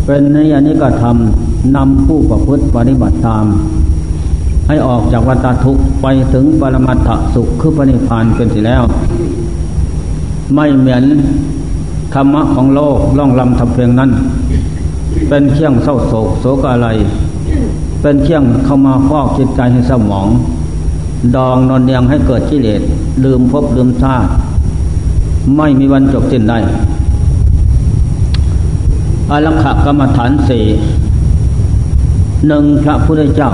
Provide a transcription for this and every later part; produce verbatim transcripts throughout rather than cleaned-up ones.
เป็นนิยานิกธรรมนำผู้ประพฤติปฏิบัติตามให้ออกจากวัฏทุกข์ไปถึงปรมัตถสุขคือพระนิพพานเป็นสิแล้วไม่เหมือนธรรมะของโลกล่องลำทำเพลงนั้นเป็นเครื่องเศร้าโศกโศกอะไรเป็นเครื่องเข้ามาฟอกจิตใจให้เศร้าหมองดองนอนเนียงให้เกิดกิเลสลืมภพลืมชาติไม่มีวันจบสิ้นได้อลังขกรรมฐานสี่หนึ่งพระพุทธเจ้า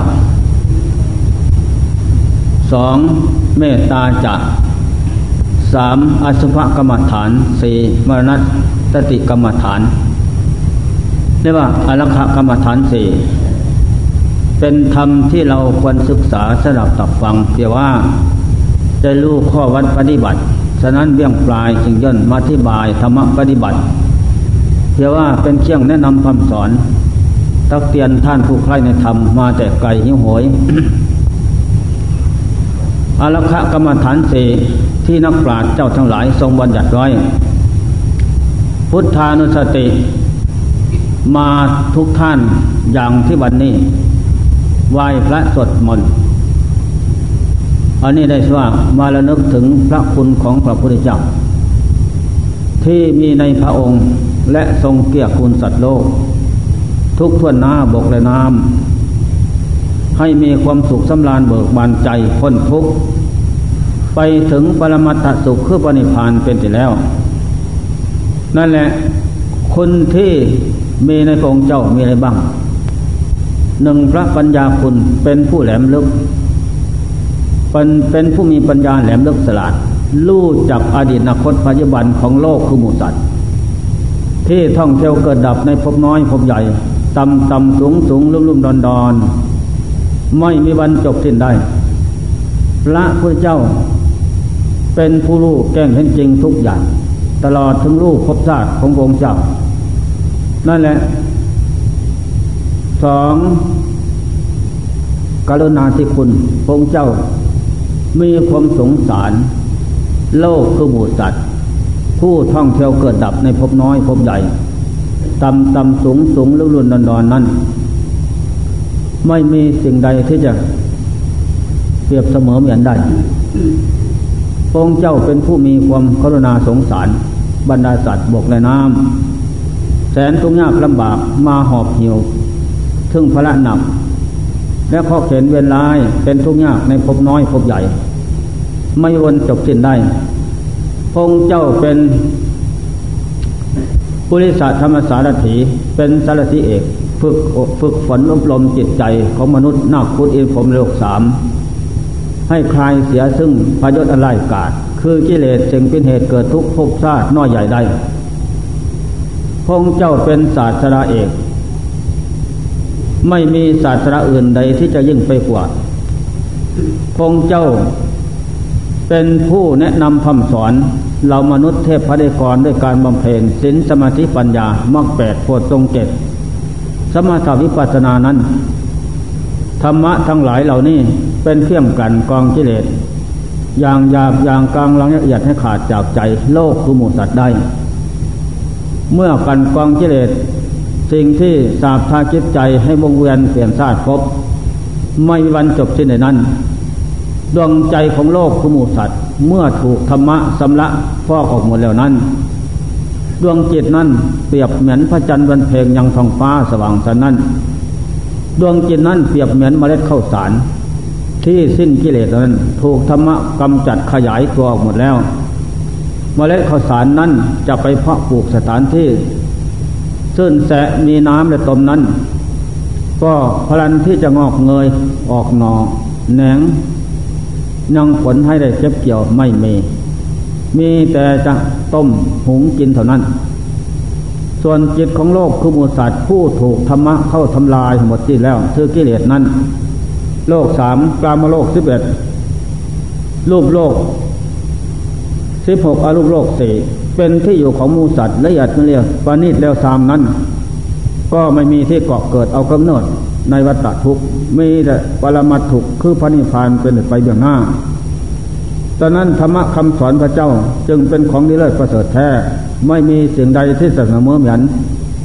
สองเมตตาจะสามอสุภกรรมฐานสี่มรณสติกรรมฐานเรียกว่าอลังขกรรมฐานสี่เป็นธรรมที่เราควรศึกษาสดับตับฟังเพื่อว่าจะรู้ข้อวัดปฏิบัติฉะนั้นเบื้องปลายจึงย่นมาอธิบายธรรมปฏิบัติเพื่อว่าเป็นเครื่องแนะนำคำสอนตักเตือนท่านผู้ใคร่ในธรรมมาแต่ไกลหิวโหย อลังขกรรมฐานสี่ที่นักปราชญ์เจ้าทั้งหลายทรงบัญญัติไว้พุทธานุสติมาทุกท่านอย่างที่วันนี้ไหว้พระสวดมนต์อันนี้ได้ว่ามาระลึกถึงพระคุณของพระพุทธเจ้าที่มีในพระองค์และทรงเกียรติคุณสัตว์โลกทุกท่วนหน้าบกและน้ำให้มีความสุขสำราญเบิกบานใจพ้นทุกข์ไปถึงปรมัตถสุขคือพระนิพพานเป็นที่แล้วนั่นแหละคุณที่มีในพระองค์เจ้ามีอะไรบ้างหนึ่งพระปัญญาคุณเป็นผู้แหลมลึกเป็นเป็นผู้มีปัญญาแหลมลึกฉลาดรู้จักอดีตอนาคตปัจจุบันของโลกคือหมู่สัตว์ที่ท่องเที่ยวเกิดดับในภพน้อยภพใหญ่ต่ำต่ำสูงสูงลุ่มลุ่มดอนดอนไม่มีวันจบสิ้นได้พระพุทธเจ้าเป็นผู้รู้แจ้งเห็นจริงทุกอย่างตลอดถึงรู้ภพชาติของพระองค์เจ้านั่นแหละสองกรุณาธิคุณพระองค์เจ้ามีความสงสารโลกคือหมู่สัตว์ผู้ท่องเที่ยวเกิดดับในภพน้อยภพใหญ่ต่ำต่ำสูงสูงลุ่มลุ่มดอนดอนนั้นไม่มีสิ่งใดที่จะเปรียบเสมอเหมือนได้พระองค์เจ้าเป็นผู้มีความกรุณาสงสารบรรดาสัตว์บกและน้ำแสนทุกข์ยากลำบากมาหอบหิวถึงพระหนักและข้อเข็นเวรลายเป็นทุกข์ยากในภพน้อยภพใหญ่ไม่วนจบสิ้นได้พระองค์เจ้าเป็นปุริสธรรมสารถีเป็นสารถีเอกฝึกฝึกฝนอบรมจิตใจของมนุษย์นักพุทธอินพรหมโลกสามให้คลายเสียซึ่งพยศอันร้ายกาจคือกิเลสจึงเป็นเหตุเกิดทุกข์ภพชาติน้อยใหญ่ได้พระองค์เจ้าเป็นศาสดาเอกไม่มีศาสดาอื่นใดที่จะยิ่งไปกว่าพระองค์เจ้าเป็นผู้แนะนำคำสอนเรามนุษย์เทพพระเดชกรด้วยการบำเพ็ญศีลสมาธิปัญญามรรคแปดโพชฌงค์เจ็ดสมถะวิปัสสนานั้นธรรมะทั้งหลายเหล่านี้เป็นเครื่องกลั่นกรองกิเลสอย่างหยาบอย่างกลางละเอียดให้ขาดจากใจโลกคือหมู่สัตว์ได้เมื่อกลั่นกรองกิเลสสิ่งที่สาบทาจิตใจให้วงเวียนเปลี่ยนชาติภพไม่มีวันจบสิ้นในนั้นดวงใจของโลกคือหมู่สัตว์เมื่อถูกธรรมะสำละฟอกออกหมดแล้วนั้นดวงจิตนั้นเปรียบเหมือนพระจันทร์วันเพ็ญยังท้องฟ้าสว่างสนั้นดวงจิตนั้นเปรียบเหมือนเมล็ดข้าวสารที่สิ้นกิเลสนั้นถูกธรรมะกำจัดขยายตัวออกหมดแล้วเมล็ดข้าวสารนั้นจะไปเพาะปลูกสถานที่ซึ่งแสะมีน้ำและตมนั้นก็พลันที่จะงอกเงยออกหน่อแหนงยังผลให้ได้เก็บเกี่ยวไม่มีมีแต่จะต้มหุงกินเท่านั้นส่วนจิตของโลกคือหมู่สัตว์ผู้ถูกธรรมะเข้าทำลายหมดที่แล้วคือกิเลสนั้นโลกสามกามโลกสิบเอ็ดรูปโลกสิบหกอรูปโลกสี่เป็นที่อยู่ของหมู่สัตว์ละเอียดเรียกปานิชแล้วสามนั้นก็ไม่มีที่เกาะเกิดเอากำเนิดในวัฏทุกข์มีแต่ปรมัตถ์ทุกข์คือพระนิพพานเป็นไปเบื้องหน้าตอนนั้นธรรมะคำสอนพระเจ้าจึงเป็นของดีเลิศประเสริฐแท้ไม่มีสิ่งใดที่จะเสมอเหมือนส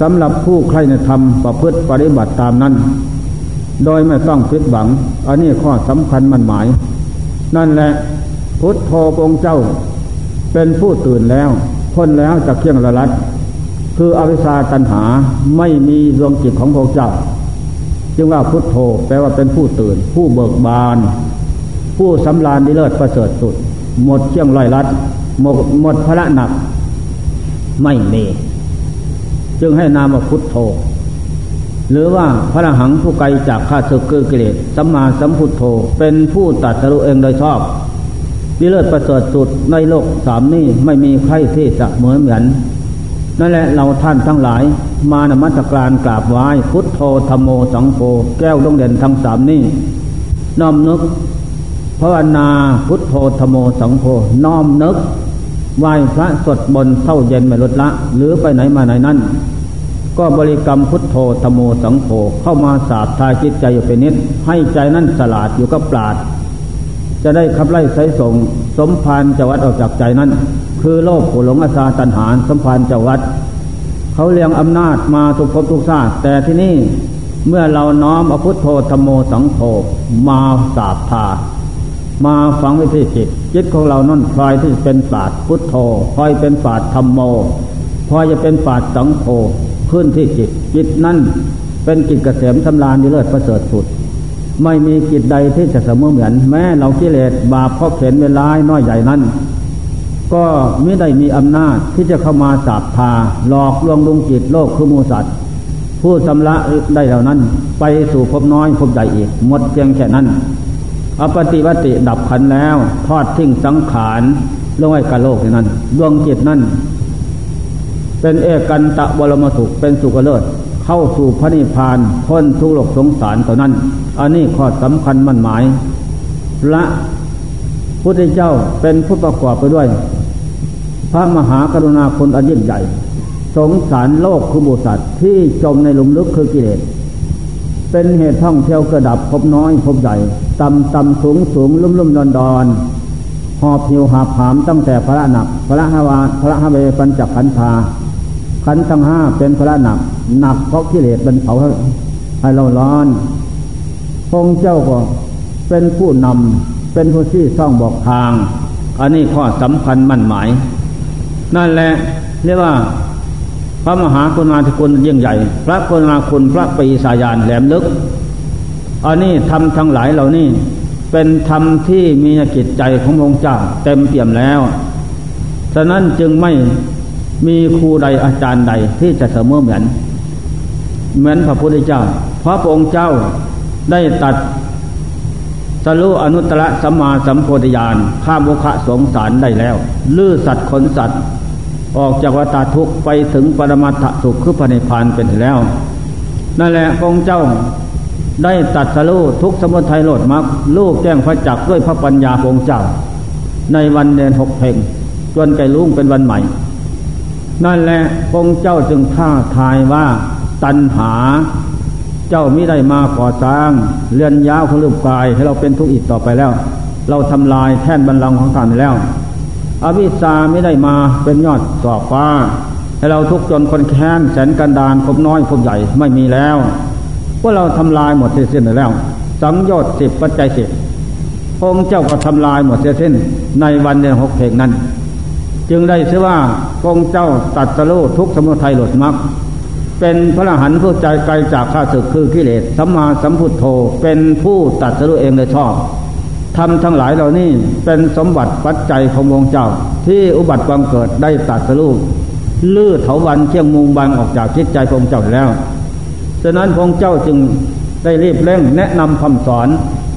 สำหรับผู้ใคร่ในธรรมประพฤติปฏิบัติตามนั้นโดยไม่ต้องผิดหวังอันนี้ข้อสำคัญมันหมายนั่นแหละพุทโธองค์เจ้าเป็นผู้ตื่นแล้วพ้นแล้วจากเครื่องละลัดคืออวิชชาตัณหาไม่มีดวงจิตของพระเจ้าจึงว่าพุทโธแปลว่าเป็นผู้ตื่นผู้เบิกบานผู้สำราญดีเลิศประเสริฐสุดหมดเครื่องร้อยลัดหมดหมดภาระหนักไม่มีจึงให้นามว่าพุทโธหรือว่าพระหังผู้ไกลจากข้าศึกคือกิเลสสัมมาสัมพุทโธเป็นผู้ตรัสรู้เองโดยชอบดีเลิศประเสริฐสุดในโลกสามนี้ไม่มีใครที่จะเหมือนเหมือนนั่นแหละเราท่านทั้งหลายมานมัสการกราบไหว้พุทโธธัมโมสังโฆแก้วดวงเด่นทั้งสามนี้น้อมนึกภาวนาพุทโธธัมโมสังโฆน้อมนึกไหว้พระสวดมนต์เช้าเย็นไม่ลดละหรือไปไหนมาไหนนั่นก็บริกรรมพุทโธธัมโมสังโฆเข้ามาสาบทายจิตใจอยู่เป็นนิดให้ใจนั้นสลาดอยู่กับปราชญ์จะได้ขับไล่ไสส่งสมภารจวัดออกจากใจนั้นคือโลภโกรธหลงอาสาตัณหาสมภารจวัดเขาเรียงอำนาจมาทุกภพทุกชาติแต่ที่นี่เมื่อเราน้อมเอาพุทโธธัมโมสังโฆมาสาบทามาฝังไว้ที่จิตจิตของเรานั่นพลอยที่เป็นปราชญ์พุทโธพลอยเป็นปราชญ์ธัมโมพลอยจะเป็นปราชญ์สังโฆขึ้นที่จิตจิตนั้นเป็นจิตเกษมสำราญดีเลิศประเสริฐสุดไม่มีจิตใดที่จะเสมอเหมือนแม้เรากิเลสบาปเพราะเข็นเวลาน้อยใหญ่นั้นก็ไม่ได้มีอำนาจที่จะเข้ามาสาบทาหลอกลวงดวงจิตโลกคือมูสัตว์ผู้ชำระได้เหล่านั้นไปสู่ภพน้อยภพใหญ่อีกหมดเพียงแค่นั้นอปฏิวัติดับขันแล้วทอดทิ้งสังขารลงไว้กับโลกนั้นดวงจิตนั้นเป็นเอกันตะบรมสุขเป็นสุขเลิศเข้าสู่พระนิพพานพ้นทุกข์โลกสงสารเท่านั้นอันนี้ข้อสำคัญมั่นหมายพระพุทธเจ้าเป็นผู้ประกอบไปด้วยพระมหากรุณาคุณอันยิ่งใหญ่สงสารโลกคือบุสัตว์ที่จมในหลุมลึกคือกิเลสเป็นเหตุท่องเที่ยวกระดับพบน้อยพบใหญ่ต่ำต่ำสูงสูงลุ่มลุ่มดอนดอนหอบหิวหาผามตั้งแต่พระหนักพระหาวาพระหเวปัญจขันธาขันธ์ทั้งห้าเป็นพระหนักหนักเพราะกิเลสมันเผาให้เราร้อนพระเจ้าก็เป็นผู้นำเป็นผู้ที่ส่องบอกทางอันนี้ข้อสำคัญมั่นหมายนั่นแหละเรียกว่าพระมหากรุณาธิคุณยิ่งใหญ่พระกรุณาคุณพระปรีชาญาณแหลมลึกอันนี้ธรรมทั้งหลายเหล่านี้เป็นธรรมที่มีจิตใจของพระเจ้าเต็มเปี่ยมแล้วฉะนั้นจึงไม่มีครูใดอาจารย์ใดที่จะเสมอเหมือนเหมือนพระพุทธเจ้าเพราะพระองค์เจ้าได้ตัดสรุอนุตตรสัมมาสัมโพธิญาณข้ามโมฆะสงสารได้แล้วลื้อสัตว์ขนสัตว์ออกจากวัฏทุกข์ไปถึงปรมัตถสุขคือพระนิพพานเป็นแล้วนั่นแหละพระองค์เจ้าได้ตัดสรุทุกสมุทัยโลดมรรคลูกแจ้งพระจักรด้วยพระปัญญาพระองค์เจ้าในวันเดือนหกเพ็งจนไก่ลุ่งเป็นวันใหม่นั่นแหละพระองค์เจ้าจึงท้าทายว่าตัณหาเจ้ามิได้มาก่อสร้างเรือนยาวของรูปกายให้เราเป็นทุกข์อีกต่อไปแล้วเราทำลายแท่นบัลลังก์ของท่านแล้วอวิชชาไม่ได้มาเป็นยอดสอบฟ้าให้เราทุกข์จนคนแค้นแสนกันดารพบน้อยพบใหญ่ไม่มีแล้วพวกเราทำลายหมดเสียสิ้นแล้วสังโยชน์สิบปัจจัยสิบพระองค์เจ้าก็ทำลายหมดเสียสิ้นในวันเดือนหกเพลงนั้นจึงได้ชื่อว่าพระองค์เจ้าตรัสรู้ทุกสมุทัยหลุดมรรคเป็นพระอรหันต์ผู้ใจไกลจากข้าศึกคือกิเลสสัมมาสัมพุทโธเป็นผู้ตรัสรู้เองโดยชอบธรรมทั้งหลายเหล่านี้เป็นสมบัติปัจจัยของพระองค์เจ้าที่อุบัติบังเกิดได้ตรัสรู้ลื้อเถาวัลย์เชี่ยงมุงบังออกจากจิตใจพระองค์เจ้าแล้วฉะนั้นพระองค์เจ้าจึงได้รีบเร่งแนะนำคำสอน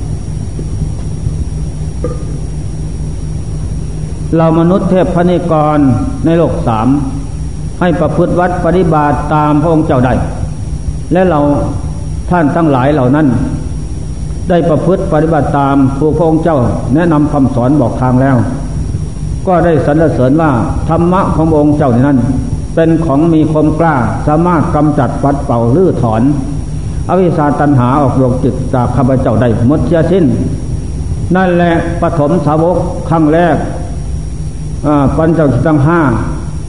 เรามนุษย์เทพพนิกรในโลกสามให้ประพฤติวัดปฏิบัติตามพระองค์เจ้าได้และเราท่านทั้งหลายเหล่านั้นได้ประพฤติปฏิบัติตามผู้พระองค์เจ้าแนะนำคำสอนบอกทางแล้วก็ได้สรรเสริญว่าธรรมะของพระองค์เจ้านั้นเป็นของมีความกล้าสามารถกำจัดปัดเป่าลื้อถอนอวิชชาตัณหาออกดวงจิตจากข้าพเจ้าได้หมดเสียสิ้นนั่นแหละปฐมสาวกครั้งแรกปัญจวัคคีย์ทั้งห้าพ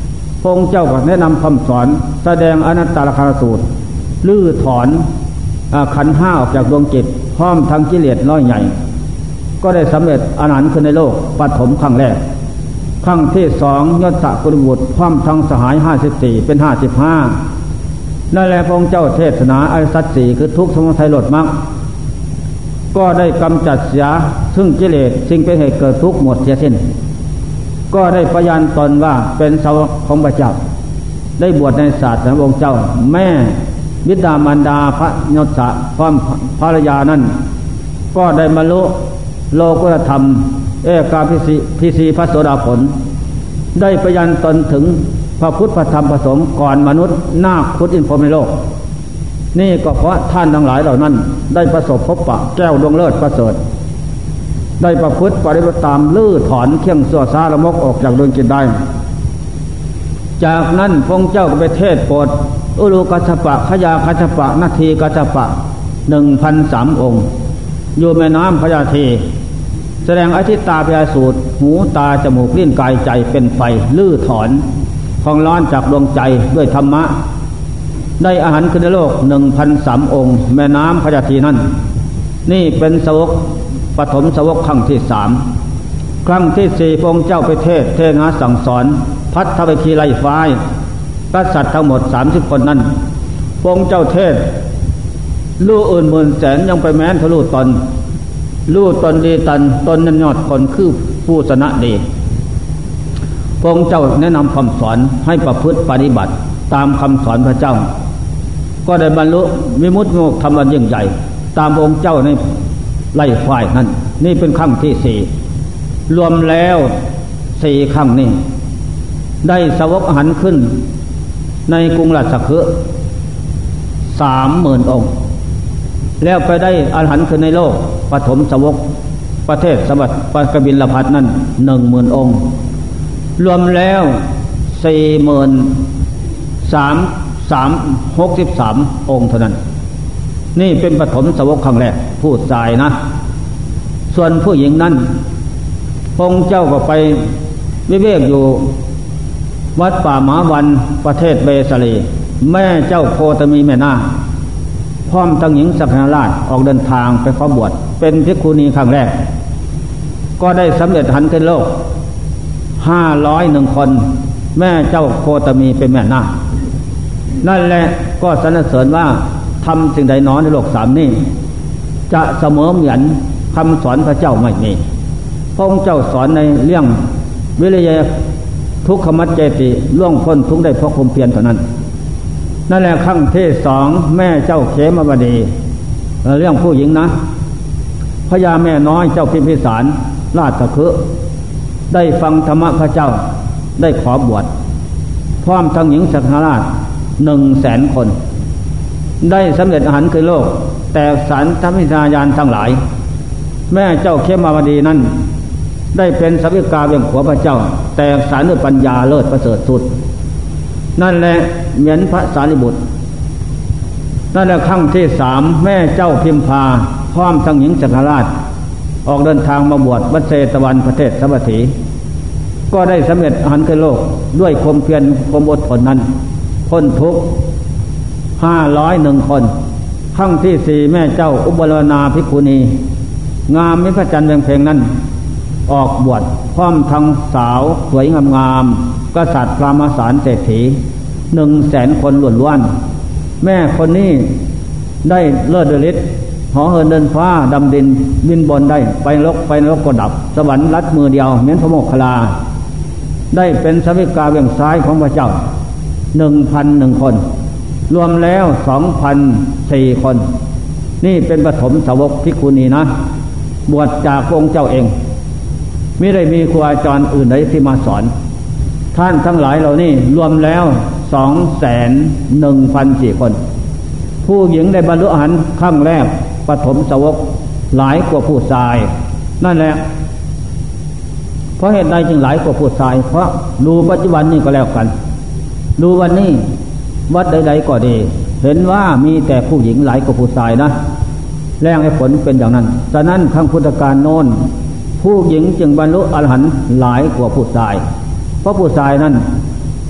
พงเจ้าก็แนะนำคำสอนแสดงอนัตตลกถสูตรลื้อถอนขันธ์ห้าออกจากดวงจิตพร้อมทั้งกิเลสน้อยใหญ่ก็ได้สำเร็จอรหันต์ขึ้นในโลกปฐมครั้งแรกครั้งที่สองยศกุลบุตรพร้อมทั้งสหายห้าสิบสี่เป็นห้าสิบห้านั่นแหละพระเจ้าเทศนาอริยสัจสี่คือทุกข์สมุทัยนิโรธมรรคก็ได้กำจัดเสียซึ่งกิเลสสิ่งเป็นเหตุเกิดทุกข์หมดเสียสิ้นก็ได้พยานตนว่าเป็นสาวกของพระเจ้าได้บวชในศาสนาองค์เจ้าแม่บิดามารดาพระยศพร้อมภรรยานั้นก็ได้บรรลุโลกุตธรรมเอกาภิสิภิสีพระโสดาผลได้พยานตนถึงพระพุทธพระธรรมพระสงฆ์ก่อนมนุษย์นาคพุทธอินพรหมในโลกนี่ก็เพราะท่านทั้งหลายเหล่านั้นได้ประสบพบปะแก้วดวงเลิศประเสริฐได้ประพฤติปฏิบัติตามลื้อถอนเครื่องสั่วซ่าละมกออกจากดวงจิตได้จากนั้นพระเจ้าก็ไปเทศน์โปรดอุรุกัสสปะขยากัสสปะนาทีกัสสปะหนึ่งพันสามองค์อยู่แม่น้ำพญาทีแสดงอธิตาพยาสูตรหูตาจมูกลิ้นกายใจเป็นไฟลื้อถอนของร้อนจากดวงใจด้วยธรรมะได้อาหารขึ้นในโลกหนึ่งพันสามองค์แม่น้ำพญาทีนั้นนี่เป็นสาวกปฐมสาวกครั้งที่สามครั้งที่สี่พระองค์เจ้าไปเทศเทศนาสั่งสอนพัฒวิคีไล่ฟ้ายกษัตริย์ทั้งหมดสามสิบคนนั้นพระองค์เจ้าเทศรู้อื่นหมื่นแสนยังไปแม้นทะลุตนรู้ตนดีตนตนนั้นยอดคนคือผู้ชนะดีพระองค์เจ้าแนะนำคำสอนให้ประพฤติปฏิบัติตามคำสอนพระเจ้าก็ได้บรรลุวิมุตติโมกข์ธรรมอันยิ่งใหญ่ตามองค์เจ้าในไล่ฝ่ายนั้นนี่เป็นครั้งที่สี่รวมแล้วสี่ครั้งนี้ได้สาวกอรหันต์ขึ้นในกรุงราชคฤห์สามหมื่นองค์แล้วไปได้อรหันต์ขึ้นในโลกปฐมสาวกประเทศสวัสดิ์ปกบิลพัสนั่นหนึ่งหมื่นองค์รวมแล้วสี่หมื่นสามสามหกสิบสามองค์เท่านั้นนี่เป็นปฐมสาวกครั้งแรกผู้ชายนะส่วนผู้หญิงนั้นพระเจ้าก็ไปวิเวกอยู่วัดป่ามหาวันประเทศเบสาลีแม่เจ้าโคตมีแม่นาพร้อมทั้งหญิงสักนาราชออกเดินทางไปขอบวชเป็นภิกขุณีครั้งแรกก็ได้สำเร็จหันขึ้นโลกห้าร้อยหนึ่งคนแม่เจ้าโคตมีเป็นแม่นานั่นแหละก็สรรเสริญว่าทำสิ่งใดน้อยในโลกสามนี้จะเสมอเหมือนคำสอนพระเจ้าไม่มีพระองค์เจ้าสอนในเรื่องวิริยะทุกขมัจเจติล่วงพ้นทุกข์ได้เพราะความเพียรเท่านั้นนั่นแหละครั้งที่สองแม่เจ้าเขมบดีเรื่องผู้หญิงนะพญาแม่น้อยเจ้าพิมพิสารราชคฤห์ได้ฟังธรรมะพระเจ้าได้ขอบวชพร้อมทั้งหญิงสักนาราชหนึ่งแสนคนได้สำเร็จอรหันต์คือโลกแต่สารธรรมิทายานทั้งหลายแม่เจ้าเขมบดีนั้นได้เป็นสาวิกาเบี่ยงขวาพระเจ้าแต่สารด้วยปัญญาเลิศประเสริฐสุดนั่นแหละเหมือนพระสารีบุตรนั่นแหละครั้งที่สามแม่เจ้าพิมพาพร้อมทั้งหญิงจักรราชออกเดินทางมาบวชวัดเชตวันประเทศสวัสถีก็ได้สำเร็จอรหันต์คือโลกด้วยความเพียรความอดทนนั้นพ้นทุกข์ห้าร้อยหนึ่งคนครั้งที่สี่แม่เจ้าอุบลนาภิกขุณีงามมิพระจันทร์เพียงเพลงนั้นออกบวชพร้อมทั้งสาวสวยงามๆกษัตริย์พราหมณ์สารเศรษฐีหนึ่งแสนคนล้วนล้วนแม่คนนี้ได้เลิศฤทธิ์หอเหินเดินฟ้าดำดินบินบนได้ไปนรกไปนรกก็ดับสวรรค์ลัดมือเดียวเหมือนพระโมคคัลลาได้เป็นสาวิกาเบื้องซ้ายของพระเจ้าหนึ่งพันหนึ่งคนรวมแล้วสองพันสี่คนนี่เป็นปฐมสาวกภิกขุณีนะบวชจากพระองค์เจ้าเองไม่ได้มีครูอาจารย์อื่นใดที่มาสอนท่านทั้งหลายเหล่านี้รวมแล้วสองแสนหนึ่งพันสี่คนผู้หญิงได้บรรลุอรหันต์ครั้งแรกปฐมสาวกหลายกว่าผู้ชายนั่นแหละเพราะเหตุใดจึงหลายกว่าผู้ชายเพราะดูปัจจุบันนี้ก็แล้วกันดูวันนี้วัดใดๆก็ดีเห็นว่ามีแต่ผู้หญิงหลายกว่าผู้ชายนะแรงให้ผลเป็นอย่างนั้นฉะนั้นครั้งพุทธกาลโน้นผู้หญิงจึงบรรลุอรหันต์หลายกว่าผู้ชายเพราะผู้ชายนั้น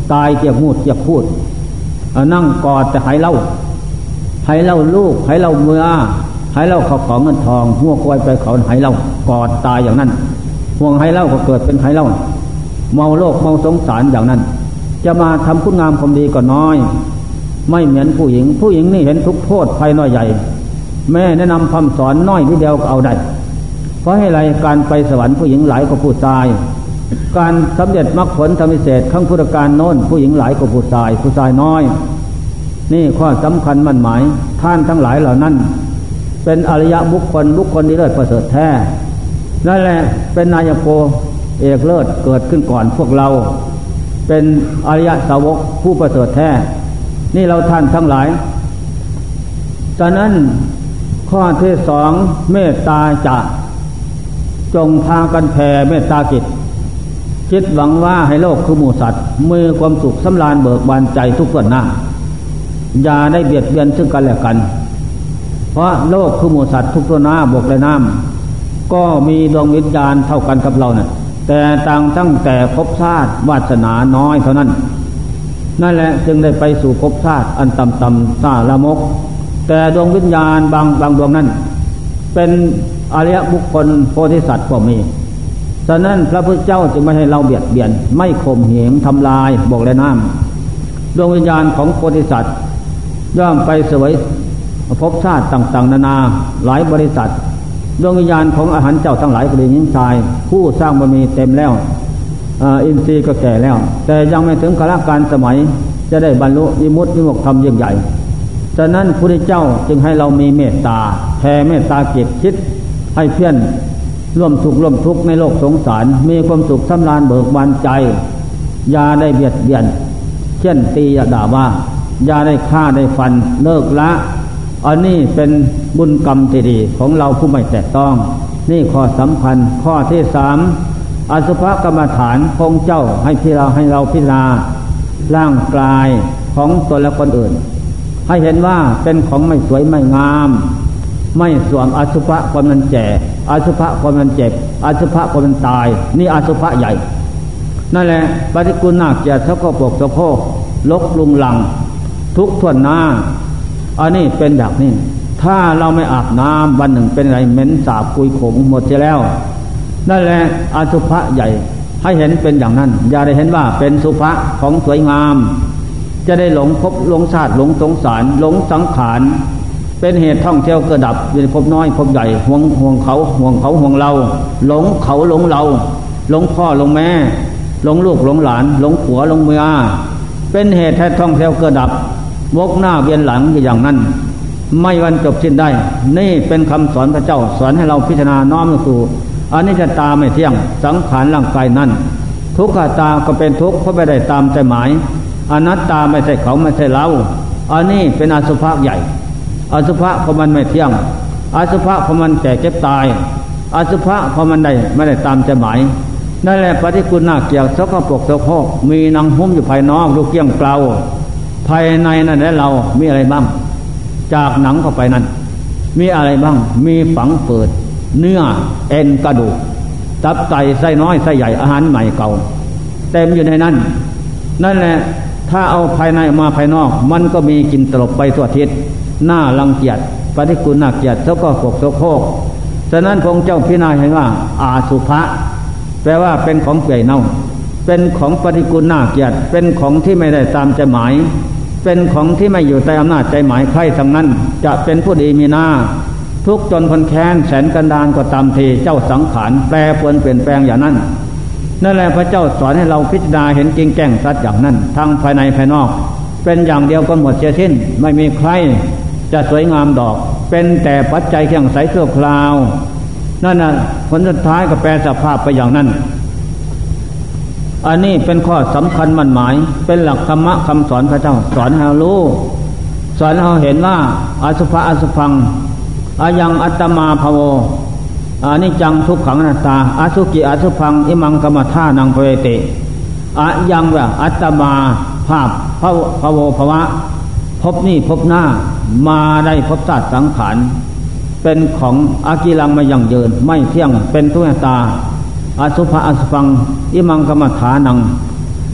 ตายเจียบมูดเจียบพูดนั่งกอดจะหายเล่าหายเล่าลูกหายเล่าเมื่อหายเล่าเขาของเงินทองหัวกอยไปเขาหายเล่ากอดตายอย่างนั้นห่วงหายเล่าก็เกิดเป็นหายเล่าเมาโลกเมาสงสารอย่างนั้นจะมาทำคุณงามความดีก็น้อยไม่เหมือนผู้หญิงผู้หญิงนี่เห็นทุกโทษภัยน้อยใหญ่แม่แนะนำคำสอนน้อยนิดเดียวก็เอาได้เพราะให้ไรการไปสวรรค์ผู้หญิงหลายกว่าผู้ชายการสำเร็จมรรคผลธรรมวิเศษขั้งพุทธการโน้นผู้หญิงหลายกว่าผู้ชายผู้ชายน้อยนี่ข้อสำคัญมั่นหมายท่านทั้งหลายเหล่านั้นเป็นอริยบุคคลบุคคลที่เลิศประเสริฐแท้นั่นแหละเป็นนายโกเอกเลิศเกิดขึ้นก่อนพวกเราเป็นอริยสาวกผู้ประเสริฐแท้นี่เราท่านทั้งหลายฉะนั้นข้อที่สองเมตตาจะจงพากันแผ่เมตตาจิตคิดหวังว่าให้โลกคือหมู่สัตว์มีความสุขสำราญเบิกบานใจทุกส่วนหน้าอย่าได้เบียดเบียนซึ่งกันและกันเพราะโลกคือหมู่สัตว์ทุกตัวหน้าบกและน้ำก็มีดวงวิญญาณเท่ากันกับเราเนี่ยแต่ต่างตั้งแต่ภพชาติวาสนาน้อยเท่านั้นนั่นแหละจึงได้ไปสู่ภพชาติอันต่ำต่ำซาละมกแต่ดวงวิญญาณบางบางดวงนั้นเป็นอริยบุคคลโพธิสัตว์ก็มีฉะนั้นพระพุทธเจ้าจึงไม่ให้เราเบียดเบียนไม่ข่มเหงทำลายบอกและน้ำดวงวิญญาณของโพธิสัตว์ย่อมไปเสวยภพชาติต่างๆนานาหลายบริษัทดวงวิญญาณของอาหารเจ้าทั้งหลายก็เลยยิ่งชายผู้สร้างบารมีเต็มแล้วอินทรีย์ก็แก่แล้วแต่ยังไม่ถึงกาลการสมัยจะได้บรรลุวิมุตติวิมุตติธรรมยิ่งใหญ่ฉะนั้นพระพุทธเจ้าจึงให้เรามีเมตตาแผ่เมตตาจิตคิดให้เพี้ยนร่วมสุขร่วมทุกข์ในโลกสงสารมีความสุขสำราญเบิกบานใจอย่าได้เบียดเบียนเช่นตีอย่าด่าว่าอย่าได้ฆ่าได้ฟันเลิกละอันนี้เป็นบุญกรรมที่ดีของเราผู้ไม่แตะต้องนี่ข้อสำคัญข้อที่สามอสุภกรรมฐานคงเจ้าให้ที่เราให้เราพิจารณาร่างกายของตนและคนอื่นให้เห็นว่าเป็นของไม่สวยไม่งามไม่สวมอสุภะความมันแก่อสุภะความมันเจ็บอสุภะความมันตายนี่อสุภะใหญ่นั่นแหละปฏิกูลน่าเกลียดสกปรกโสโครกลกลุงลังทุกข์ทวนหน้าอันนี้เป็นแบบนี้ถ้าเราไม่อาบน้ำวันหนึ่งเป็นอะไรเหม็นสาบกุยขมหมดเสียแล้วนั่นแหละอสุภะใหญ่ให้เห็นเป็นอย่างนั้นอย่าได้เห็นว่าเป็นสุภะของสวยงามจะได้หลงภพหลงชาติหลงสงสารหลงสังขารเป็นเหตุท่องเที่ยวเกิดดับอยู่ในภพน้อยภพใหญ่ห่วงห่วงเขาห่วงเขาห่วงเราหลงเขาหลงเราหลงพ่อหลงแม่หลงลูกหลงหลานหลงผัวหลงเมียเป็นเหตุให้ท่องเที่ยวเกิดดับวกหน้าเวียนหลังอย่างนั้นไม่วันจบสิ้นได้นี่เป็นคำสอนพระเจ้าสอนให้เราพิจารณาน้อมสู่อนิจจตาไม่เที่ยงสังขารร่างกายนั้นทุกขตาก็เป็นทุกข์เพราะไม่ได้ตามใจหมายอนัตตาไม่ใช่เขาไม่ใช่เราอันนี้เป็นอสุภะใหญ่อสุภะเพราะมันไม่เที่ยงอสุภะเพราะมันแก่เจ็บตายอสุภะเพราะมันได้ไม่ได้ตามใจหมายนั่นแหละปฏิกูลน่าเกลียดสกปรกโสโครกมีหนังหุ้มอยู่ภายนอกดูเกลี้ยงเกลาภายในนั่นและเรามีอะไรบ้างจากหนังเข้าไปนั้นมีอะไรบ้างมีฝังเปิดเนื้อเอ็นกระดูกตับไตไส้น้อยไส้ใหญ่อาหารใหม่เก่าเต็มอยู่ในนั้นนั่นแหละถ้าเอาภายในมาภายนอกมันก็มีกลิ่นตลบไปทั่วทิศหน้ารังเกียจปฏิกูลน่าเกลียดแล้วก็โสโครกฉะนั้นพระองค์เจ้าพิจารณาเห็นว่าอาสุภะแปลว่าเป็นของเปื่อยเน่าเป็นของปฏิกูลน่าเกลียดเป็นของที่ไม่ได้ตามใจหมายเป็นของที่ไม่อยู่ใต้อำนาจใจหมายใครทั้งนั้นจะเป็นผู้ดีมีหน้าทุกจนคนแค้นแสนกันดารก็ตามทีเจ้าสังขารแปรปรวนเปลี่ยนแปลงอย่างนั้นนั่นแหละพระเจ้าสอนให้เราพิจารณาเห็นจริงแจ้งชัดอย่างนั้นทั้งภายในภายนอกเป็นอย่างเดียวกันหมดเสียสิ้นไม่มีใครจะสวยงามดอกเป็นแต่ปัจจัยเครื่องใสชั่วคราวนั่นน่ะผลสุดท้ายก็แปรสภาพไปอย่างนั้นอันนี้เป็นข้อสำคัญมั่นหมายเป็นหลักธรรมะคำสอนพระเจ้าสอนให้เรารู้สอนให้เราเห็นว่าอสุภะอสุภังอายังอัตตมาภโวอานิจังทุกขังอนัตตาอสุกิอสุภังอิมังกรรมท่านังภเวติอายังว่าอัตตมาภาพภโวภวะพบนี่พบหน้ามาได้พบศาสตร์สังขารเป็นของอากิลังไม่ยั่งยืนไม่เที่ยงเป็นทุกขตาอสุภะอสุภังอิมังกรรมฐานัง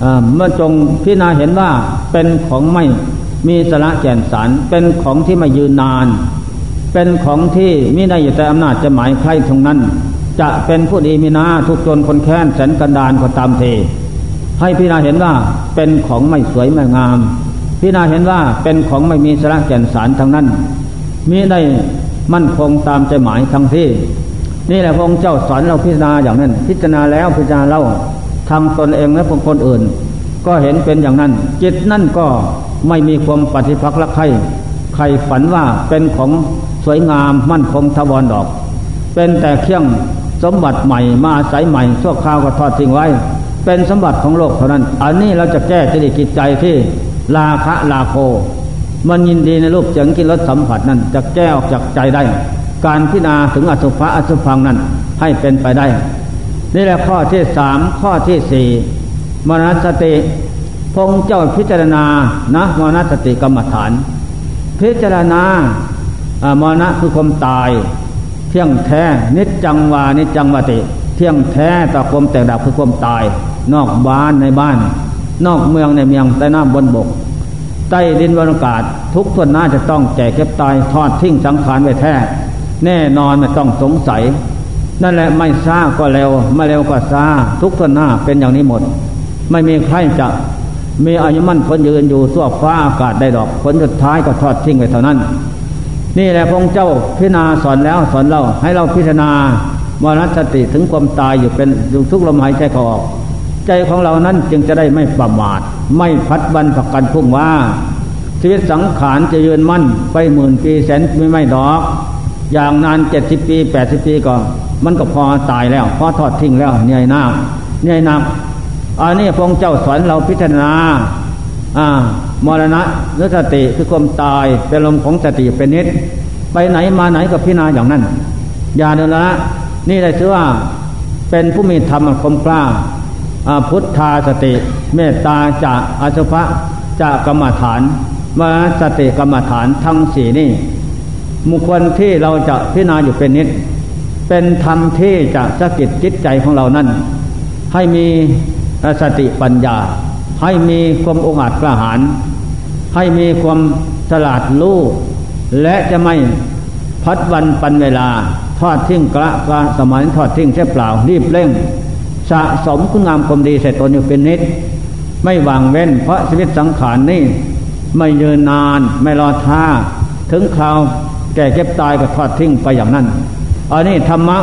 เมื่อจงพิจารณาเห็นว่าเป็นของไม่มีสาระแก่นสารเป็นของที่ไม่ยืนนานเป็นของที่มิได้อยู่แต่อำนาจจะหมายใครตรงนั้นจะเป็นผู้ดีมีนาทุกจนคนแค้นแสนกันดารก็ตามเทให้พิจารณาเห็นว่าเป็นของไม่สวยไม่งามพิจารณาเห็นว่าเป็นของไม่มีสาระแก่นสารทั้งนั้นมิได้มั่นคงตามใจหมายทั้งที่นี่แหละพระองค์เจ้าสอนเราพิจารณาอย่างนั้นพิจารณาแล้วพิจารณาเล่าทางตนเองและคนอื่นก็เห็นเป็นอย่างนั้นจิตนั่นก็ไม่มีความปฏิภาครักใครใครฝันว่าเป็นของสวยงามมั่นคงถาวรดอกเป็นแต่เครื่องสมบัติใหม่มาอาศัยใหม่ชั่วคราวก็ทอดทิ้งไว้เป็นสมบัติของโลกเท่านั้นอันนี้เราจะแก้จริตจิตใจที่ราคะราโคมันยินดีในรูปเสียงกลิ่นรสสัมผัสนั้นจะแก้ออกจากใจได้การพิจารณาถึงอสุภะอสุภังนั้นให้เป็นไปได้นี่แหละข้อที่สามข้อที่สี่มรณสติพงเจ้าพิจารณานะมรณสติกรรมฐานพิจารณามรณะคือความตายเที่ยงแท้นิจจังวานิจจังวติเที่ยงแท้ต่อความแตกดับคือความตายนอกบ้านในบ้านนอกเมืองในเมืองใต้น้ำบนบกใต้ดินบนอากาศทุกส่วนหน้าจะต้องแก่เก็บตายทอดทิ้งสังขารไว้แท้แน่นอนไม่ต้องสงสัยนั่นแหละไม่ช้าก็เร็วไม่เร็วก็ช้าทุกส่วนหน้าเป็นอย่างนี้หมดไม่มีใครจะมีอายุมั่นคนยืนอยู่ทั่วฟ้าอากาศได้ดอกผลสุดท้ายก็ทอดทิ้งไปเท่านั้นนี่แหละพระองค์เจ้าพิจารณาสอนแล้วสอนเราให้เราพิจารณามรณสติถึงความตายอยู่เป็นอยู่ทุกลมหายใจเข้าออกใจของเรานั้นจึงจะได้ไม่ประมาทไม่พัดวันผักกันพุ่งว่าชีวิตสังขารจะยืนมั่นไปหมื่นปีแสนไม่ไม่ดอกอย่างนานเจ็ดสิบปีแปดสิบปีก็มันก็พอตายแล้วพอทอดทิ้งแล้วเหนื่อยหน้าเหนื่อยหนักอันนี้พระองค์เจ้าสอนเราพิจารณาอ่ามรณะนุสติคือความตายเป็นลมของสติเป็นนิจไปไหนมาไหนก็พิจารณาอย่างนั้นอย่าเดินละนี่ได้ชื่อว่าเป็นผู้มีธรรมคมกล้าพุทธาสติเมตตาจะอสุภะจะกรรมฐานมรณสติกรรมฐานทั้งสี่นี่มุขวันที่เราจะพิจารณาอยู่เป็นนิจเป็นธรรมที่จะสะกิดจิตใจของเรานั้นให้มีสติปัญญาให้มีความองอาจกล้าหาญให้มีความฉลาดรู้และจะไม่พัดวันปันเวลาทอดทิ้งกระกะสมัยทอดทิ้งเสียเปล่ารีบเร่งสะสมคุณงามความดีใส่ตนอยู่เป็นนิจไม่วางเว้นเพราะชีวิตสังขารนี่ไม่ยืนนานไม่รอท่าถึงคราวแก่เก็บตายก็ทอดทิ้งไปอย่างนั้นอันนี้ธรรมะ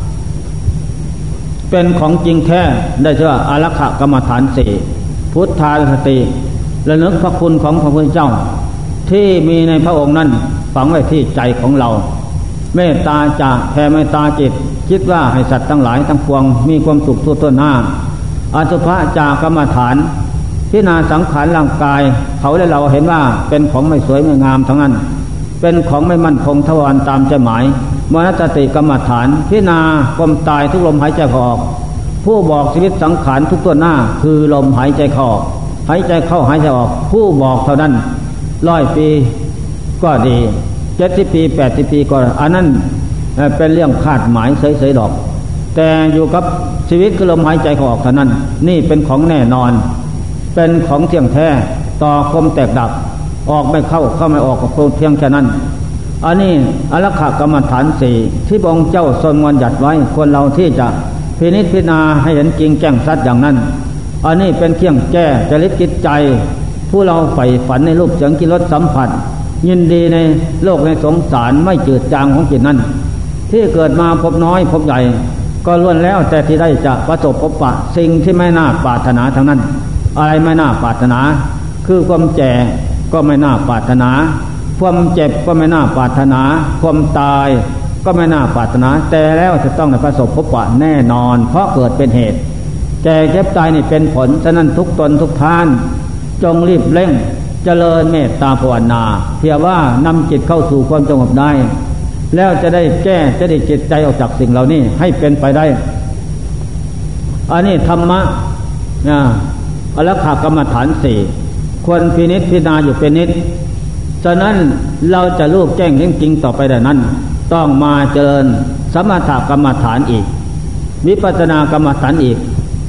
เป็นของจริงแท้ได้ชื่อว่าอารักขกรรมฐานสี่พุทธาสติระลึกพระคุณของพระพุทธเจ้าที่มีในพระองค์นั้นฝังไว้ที่ใจของเราเมตตาจะแผ่เมตตาจิตคิดว่าให้สัตว์ทั้งหลายทั้งปวงมีความสุขทั่วทั่วหน้าอสุภะจากรรมฐานพิจารณาสังขารร่างกายเขาและเราเห็นว่าเป็นของไม่สวยไม่งามทั้งนั้นเป็นของไม่มั่นคงถาวรตามใจหมายมรณสติกรรมฐานพิจารณาความตายทุกลมหายใจเข้าออกผู้บอกชีวิตสังขารทุกตัวหน้าคือลมหายใจเข้าหายใจเข้าหายใจออกผู้บอกเท่านั้นร้อยปีก็ดีเจ็ดสิบปีแปดสิบปีก็อันนั้นเป็นเรื่องคาดหมายเฉยๆดอกแต่อยู่กับชีวิตคือลมหายใจเข้าออกเท่านั้นนี่เป็นของแน่นอนเป็นของเที่ยงแท้ต่อความแตกดับออกไม่เข้าเข้าไม่ออกก็เพียงแค่นั้นอันนี้อรักขกรรมฐานสี่ที่พระองค์เจ้าทรงบัญญัติไว้คนเราที่จะพินิจพิจารณาให้เห็นจริงแจ้งชัดอย่างนั้นอันนี้เป็นเครื่องแก้จริตจิตใจผู้เราใฝ่ฝันในรูปเสียงกลิ่นรสสัมผัสยินดีในโลกในสงสารไม่จืดจางของจิตนั้นที่เกิดมาพบน้อยพบใหญ่ก็ล้วนแล้วแต่ที่ได้จะประสบพบปะสิ่งที่ไม่น่าปรารถนาทั้งนั้นอะไรไม่น่าปรารถนาคือความแก่ก็ไม่น่าปรารถนาความเจ็บก็ไม่น่าปรารถนาความตายก็ไม่น่าปรารถนาแต่แล้วจะต้องได้ประสบพบปะแน่นอนเพราะเกิดเป็นเหตุแก่เจ็บตายนี่เป็นผลฉะนั้นทุกตนทุกท่านจงรีบเร่งเจริญเมตตาภาวนาเพื่อว่านำจิตเข้าสู่ความสงบได้แล้วจะได้แก้จะได้จิตใจออกจากสิ่งเหล่านี้ให้เป็นไปได้อันนี้ธรรมะนะอรักขกรรมฐานสี่ควรพินิจพิจารณาอยู่เป็นนิจฉะนั้นเราจะรู้แจ้งจริงๆต่อไปแต่นั้นต้องมาเจริญสมถกรรมฐานอีกวิปัสสนากรรมฐานอีก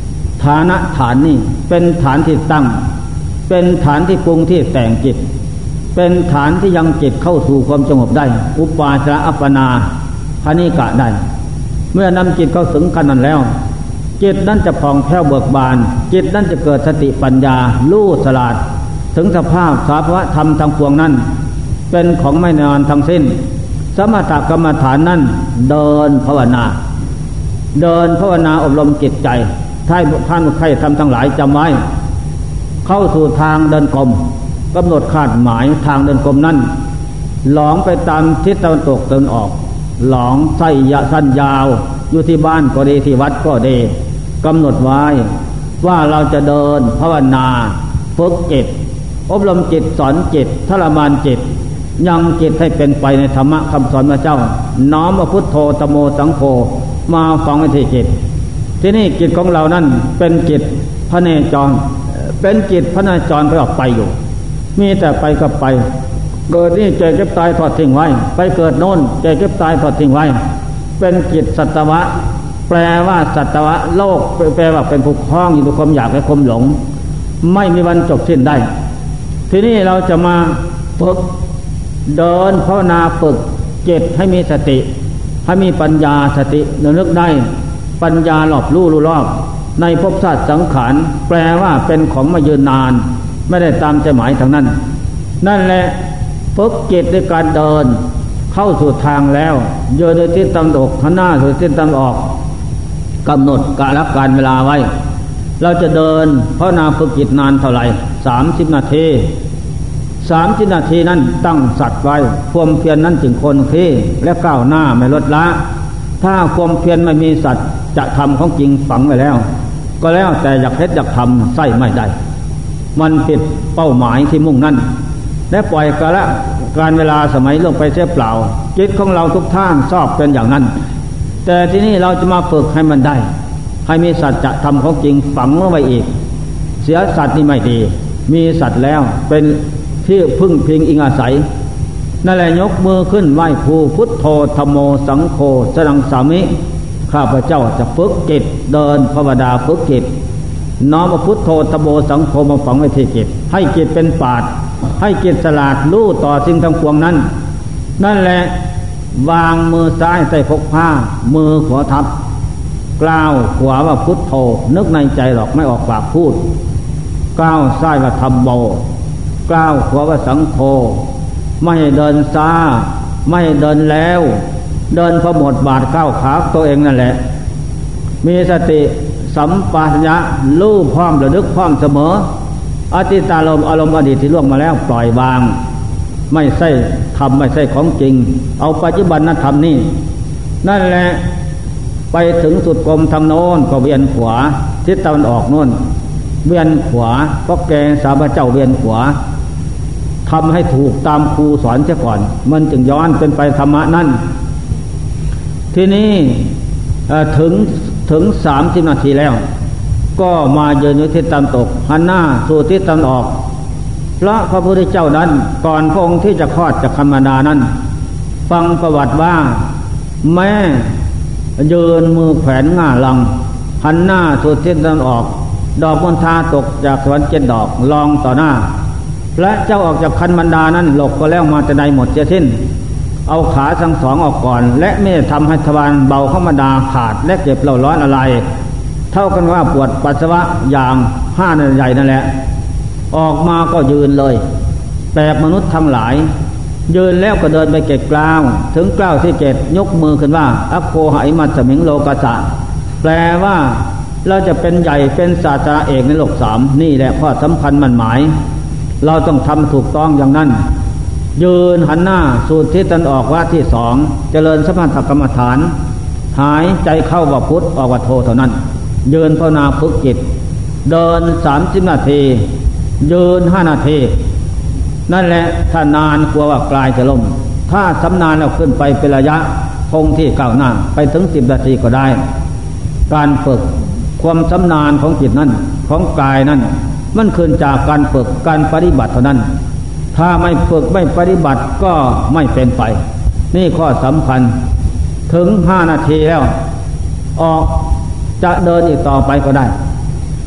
ฐานะฐานนี่เป็นฐานที่ตั้งเป็นฐานที่ปรุงที่แต่งจิตเป็นฐานที่ยังจิตเข้าสู่ความสงบได้อุปาจาอัปปนาคณิกะได้เมื่อนำจิตเข้าถึงขั้นนั้นแล้วจิตนั้นจะผ่องแผ้วเบิกบานจิตนั้นจะเกิดสติปัญญารู้ฉลาดถึงสภาพสภาวะธรรมทั้งปวงนั้นเป็นของไม่แน่นอนทั้งสิ้นสมถกรรมฐานนั้นเดินภาวนาเดินภาวนาอบรมจิตใจท่านท่านใครทำทั้งหลายจำไว้เข้าสู่ทางเดินกลมกำหนดคาดหมายทางเดินกลมนั้นหลองไปตามทิศตะวันตกตะวันออกหลองไส้ยะสั้นยาวอยู่ที่บ้านก็ดีที่วัดก็ดีกำหนดไว้ว่าเราจะเดินภาวนาฝึกจิตอบรมจิตสอนจิตทรมานจิตยังจิตให้เป็นไปในธรรมะคำสอนพระเจ้าน้อมพระพุทโธธัมโมสังโฆมาฟังไว้ที่จิตที่นี่จิตของเรานั้นเป็นจิตพระเนจรเป็นจิตพระเนจรไปออกไปอยู่มีแต่ไปกับไปเกิดนี่เจเก็บตายทอดทิ้งไว้ไปเกิดโน่นเจเก็บตายทอดทิ้งไว้เป็นจิตสัตวะแปลว่าสัตวะโลกแปลว่าเป็นผู้คล้องอยู่ด้วยความอยากและความหลงไม่มีวันจบสิ้นได้ทีนี้เราจะมาฝึกเดินภาวนาฝึกจิตให้มีสติให้มีปัญญาสติระลึกได้ปัญญาหลอบรู้รู้รอบในภพชาติสังขารแปลว่าเป็นของมายืนนานไม่ได้ตามใจหมายทางนั้นนั่นแหละฝึกจิตในการเดินเข้าสู่ทางแล้วเดินโดยทิศตะวันตกหันหน้าสู่ทิศตะวันออกกำหนดกาลการเวลาไว้เราจะเดินภาวนาฝึกจิตนานเท่าไหร่สามสิบนาทีสามสิบนาทีนั้นตั้งสัตว์ไว้ความเพียรนั้นจึงคงที่และก้าวหน้าไม่ลดละถ้าความเพียรไม่มีสัตว์จะทำของจริงฝังไว้แล้วก็แล้วแต่อยากเฮ็ดอยากทำใส่ไม่ได้มันผิดเป้าหมายที่มุ่งนั่นและปล่อยกาลการเวลาสมัยลงไปเสียเปล่าจิตของเราทุกท่านชอบเป็นอย่างนั้นแต่ที่นี่เราจะมาฝึกให้มันได้ให้มีสัตว์จะทำของจริงฝังไว้อีกเสียสัตว์นี่ไม่ดีมีสัตว์แล้วเป็นที่พึ่งพิงอิงอาศัยนั่นแหละยกมือขึ้นไหว้ครูพุทโธธัมโมสังโฆสรังสามิข้าพเจ้าจะฝึกจิตเดินภาวนาฝึกจิตน้อมพุทโธธัมโมสังโฆมาฝังไว้ที่จิตให้จิตเป็นปราชญ์ให้จิตฉลาดรู้ต่อสิ่งทั้งปวงนั้นนั่นแหละวางมือซ้ายใส่พกผ้ามือขวาทับกล่าวขวาว่าพุทโธนึกในใจหรอกไม่ออกปากพูดก้าวซ้ายว่าธัมโมก้าวขวาว่าสังโฆไม่เดินซ้าไม่เดินแล้วเดินพอหมดบาทก้าวขาตัวเองนั่นแหละมีสติสัมปชัญญะรู้พร้อมระลึกพร้อมเสมออติตารมอารมณ์อดีตที่ล่วงมาแล้วปล่อยวางไม่ใช่ทำไม่ใช่ของจริงเอาปัจจุบันนั้นทำนี่นั่นแหละไปถึงสุดกรมทางโน้นก็เวียนขวาทิศตะวันออกโน้นเวียนขวาเพราะแกสาพเจ้าเวียนขวาทำให้ถูกตามครูสอนเสียก่อนมันจึงย้อนเป็นไปธรรมะนั่นที่นี่ถึงถึงสามสิบนาทีแล้วก็มาเยืนอยู่ทิศตะวันตกหันหน้าสู่ทิศตะวันออกพระพระพุทธเจ้านั้นก่อนพระองค์ที่จะคลอดจากคัมมารดานั้นฟังประวัติว่าแม่ยืนมือแขวนง่าลังหันหน้าสู่ทิศตะวันออกดอกมณฑาตกจากสวรรค์เจ็ดดอกลองต่อหน้าพระเจ้าออกจากคันมันดานั้นหลบก็แล้วมาจะใดหมดเสียสิ้นเอาขาทั้งสองออกก่อนและไม่ทำให้ทวารเบาเข้ามาดาขาดและเจ็บเล่าร้อนอะไรเท่ากันว่าปวดปัสสาวะอย่างห้านั่นใหญ่นั่นแหละออกมาก็ยืนเลยแปลกมนุษย์ทั้งหลายยืนแล้วก็เดินไปเกตกล้าวถึงกล้าวที่เกตยกมือขึ้นว่าอัปโคหายมัตสมิงโลกัสสะแปลว่าเราจะเป็นใหญ่เป็นศาสนาเอกในโลกสามนี่แหละข้อสำคัญมันหมายเราต้องทำถูกต้องอย่างนั้นยืนหันหน้าสู่ทิศตะวันออกว่าที่สองเจริญสมถกรรมฐานหายใจเข้าว่าพุทธออกว่าโธเท่านั้นยืนภาวนาฝึกจิตเดินสามสิบนาทียืนห้านาทีนั่นแหละถ้านานกลัวว่ากลายจะล่มถ้าสำนานแล้วขึ้นไปเป็นระยะคงที่ก้าวหน้าไปถึงสิบนาทีก็ได้การฝึกความสำนานของจิตนั้นของกายนั้นมันขึ้นจากการฝึกการปฏิบัติเท่านั้นถ้าไม่ฝึกไม่ปฏิบัติก็ไม่เป็นไปนี่ข้อสำคัญถึงห้านาทีแล้วออกจะเดินอีกต่อไปก็ได้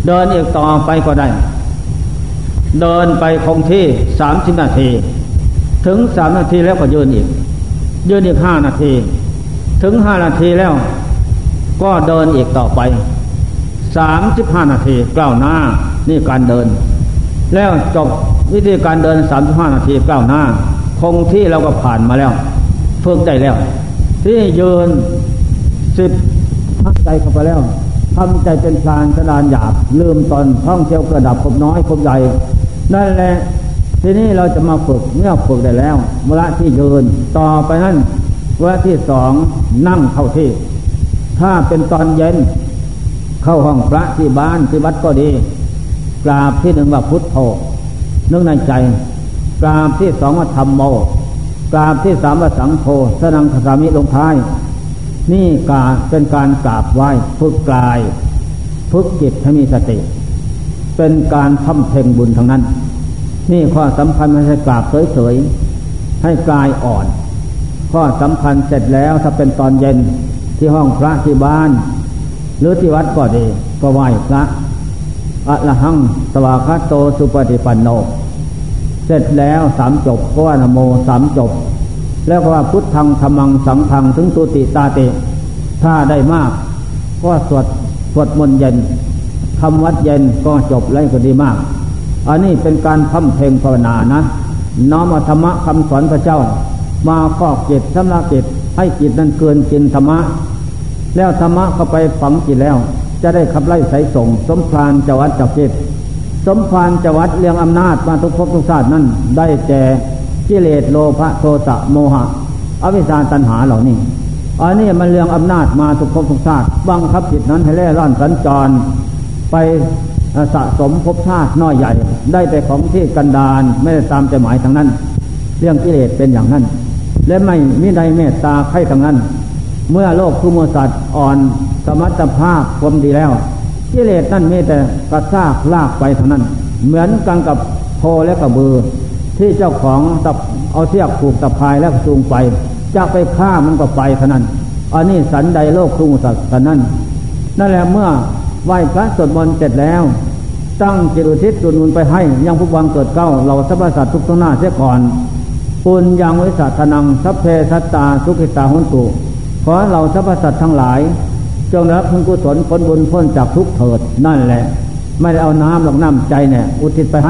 เดินอีกต่อไปก็ได้เดินไปคงที่สามสิบนาทีถึงสามนาทีแล้วก็ยืนอีกยืนอีกห้านาทีถึงห้านาทีแล้วก็เดินอีกต่อไปสามสิบห้านาทีก้าวหน้านี่การเดินแล้วจบวิธีการเดินสามสิบห้านาทีก้าวหน้าคงที่เราก็ผ่านมาแล้วฝึกได้แล้วที่ยืนสิบพักใจเข้าไปแล้วทำใจเป็นฌานสดานหยาบลืมตอนท่องเที่ยวกระดับครบน้อยครบใหญ่นั่นแหละทีนี้เราจะมาฝึกเมื่อฝึกได้แล้วเวลาที่ยืนต่อไปนั้นเวลาที่สองนั่งเข้าที่ถ้าเป็นตอนเย็นเข้าห้องพระที่บ้านที่วัดก็ดีกราบที่หนึ่งว่าพุทโธนึกในใจกราบที่สองว่าธัมโมกราบที่สามว่าสังโฆสนังคสามิลงท้ายนี่การเป็นการกราบไหว้ฝึกกายฝึกจิตให้มีสติเป็นการทำเพ็งบุญทั้งนั้นนี่ข้อสำคัญไม่ใช่กราบเฉยๆให้กายอ่อนข้อสำคัญเสร็จแล้วถ้าเป็นตอนเย็นที่ห้องพระที่บ้านหรือที่วัดก็ดีก็ไหว้พระอะระหังสวากขาโตสุปฏิปันโนเสร็จแล้วสามจบก็ว่านะโมสามจบแล้วก็ว่าพุทธังธัมมังสังฆังถึงตุติตาติถ้าได้มากก็สวดสวดมนต์เย็นทำวัดเย็นก็จบแล้วก็ดีมากอันนี้เป็นการทำเพลงภาวนานะน้อมเอาธรรมะคำสอนพระเจ้ามาฟอกจิตสำลักจิตให้จิตนั้นเกินกินธรรมะแล้วธรรมะเข้าไปฝังจิตแล้วจะได้ขับไล่ไสส่งสมภารจวัตจับจิตสมภารจวัตเรียงอำนาจมาทุกภพทุกชาตินั้นได้แก่กิเลสโลภะโทสะโมหะอวิชชาตัณหาเหล่านี้อันนี้มันเรื่องอำนาจมาทุกภพทุกชาติบังคับจิตนั้นให้แล่ร่อนสัญจรไปสะสมภพชาติน้อยใหญ่ได้แต่ของที่กันดารไม่ได้ตามใจหมายทางนั้นเรื่องกิเลสเป็นอย่างนั้นและไม่มิได้เมตตาใครทางนั้นเมื่อโลกคือมูสัตว์อ่อนสมรรถภาพความดีแล้วกิเลสนั่นมีแต่กระซากลากไปทางนั้นเหมือนกันกับโคและกระบือที่เจ้าของตับเอาเสียกผูกตะพายแล้วจูงไปจะไปฆ่ามันก็ไปเท่านั้นอันนี้สันใดโลกคือมูสัตว์เท่านั้นนั่นแหละเมื่อไหว้พระสวดมนต์เสร็จแล้วตั้งจิตอุทิศส่วนบุญไปให้ยังผู้วังเกิดเก้าเหล่าสรรพสัตว์ทุกทั้งหน้าเสียก่อนปุญญังวิสัทนังสัพเพสัตตาสุขิตาหุนตุขอเหล่าสรรพสัตว์ทั้งหลายจงรับผลกุศลผลบุญพ้นจากทุกข์เถิดนั่นแหละไม่ได้เอาน้ำหรอกน้ำใจเนี่ยอุทิศไปให้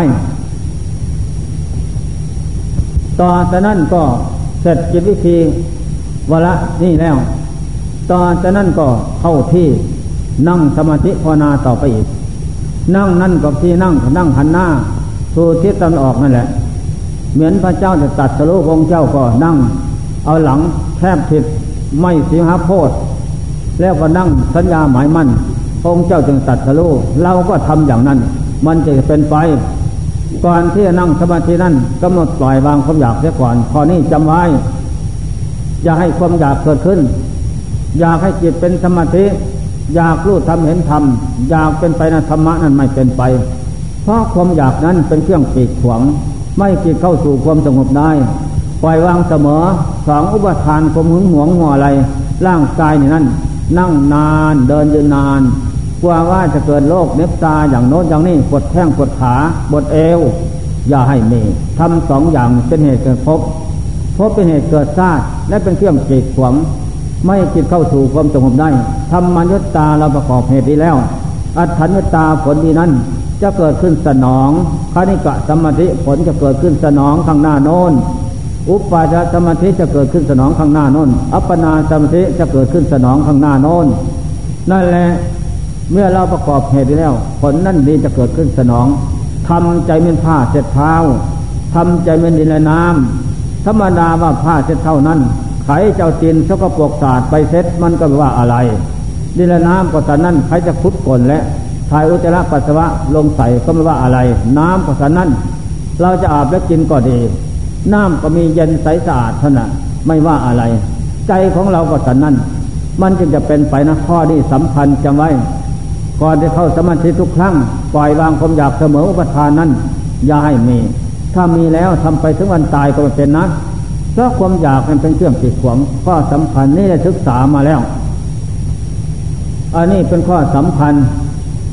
ต่อจากนั้นก็เสร็จจิตวิธีวาระนี่แล้วต่อจากนั้นก็เข้าที่นั่งสมาธิภาวนาต่อไปอีกนั่งนั่นกับที่นั่งนั่งหันหน้าสู่ทิศตะวันออกนั่นแหละเหมือนพระเจ้าจะตรัสรู้องค์เจ้าก็นั่งเอาหลังแทบทิศไม่สิงหโพธิ์แล้วก็นั่งสัญญาหมายมั่นองค์เจ้าจึงตรัสรู้เราก็ทำอย่างนั้นมันจะเป็นไปก่อนที่จะนั่งสมาธินั้นกำหนดปล่อยวางความอยากเสียก่อนข้อนี้จำไว้อย่าให้ความอยากเกิดขึ้นอยากให้จิตเป็นสมาธิอยากรู้ธรรมเห็นธรรมอยากเป็นไปในธรรมะนั้นไม่เป็นไปเพราะความอยากนั้นเป็นเครื่องปีกขวางไม่จิตเข้าสู่ความสงบได้ปล่อยวางเสมอสองอุปทานความหึงหวงหัวอะไรร่างกายนี่นั่นนั่งนานเดินยืนนานกลัวว่าจะเกิดโรคเน็บตาอย่างโน้นอย่างนี้ปวดแข้งปวดขาปวดเอวอย่าให้มีทำสองอย่างเป็นเหตุเกิดภพภพเป็นเหตุเกิดชาติและเป็นเครื่องปีกขวางไม่จิตเข้าสู่ความสงบได้ธรรมัญญตาเราประกอบเหตุดีแล้วอัฏฐัญญตาผลดีนั้นจะเกิดขึ้นสนองคณิกะสมาธิผลจะเกิดขึ้นสนองข้างหน้าโน้นอุปาจารสมาธิจะเกิดขึ้นสนองข้างหน้าโน้นอัปปนาสมาธิจะเกิดขึ้นสนองข้างหน้าโน้นนั่นแหละเมื่อเราประกอบเหตุดีแล้วผลนั่นดีจะเกิดขึ้นสนองทำใจเป็นผ้าเช็ดเท้าทำใจเป็นดินและน้ำธรรมดาว่าผ้าเช็ดเท้านั้นไขเจ้าจีนสกปรกสาดไปเซ็ตมันก็ว่าอะไรดินและน้ำก็สันนั้นใครจะพุทธกลและถ่ายอุจจาระปัสสาวะลงใส่ก็ไม่ว่าอะไรน้ำก็สันนั้นเราจะอาบและกินก็ดีน้ำก็มีเย็นใสสะอาดเท่านั้นไม่ว่าอะไรใจของเราก็สันนั้นมันจึงจะเป็นไปนะข้อนี้สำคัญจำไว้ก่อนที่เข้าสมาธิทุกครั้งปล่อยวางความอยากเสมออุปทานนั้นอย่าให้มีถ้ามีแล้วทำไปถึงวันตายก็ไม่เป็นนะเพราะความอยากมันเป็นเครื่องปิดขวางข้อสำคัญนี่ได้ศึกษามาแล้วอันนี้เป็นข้อสำคัญค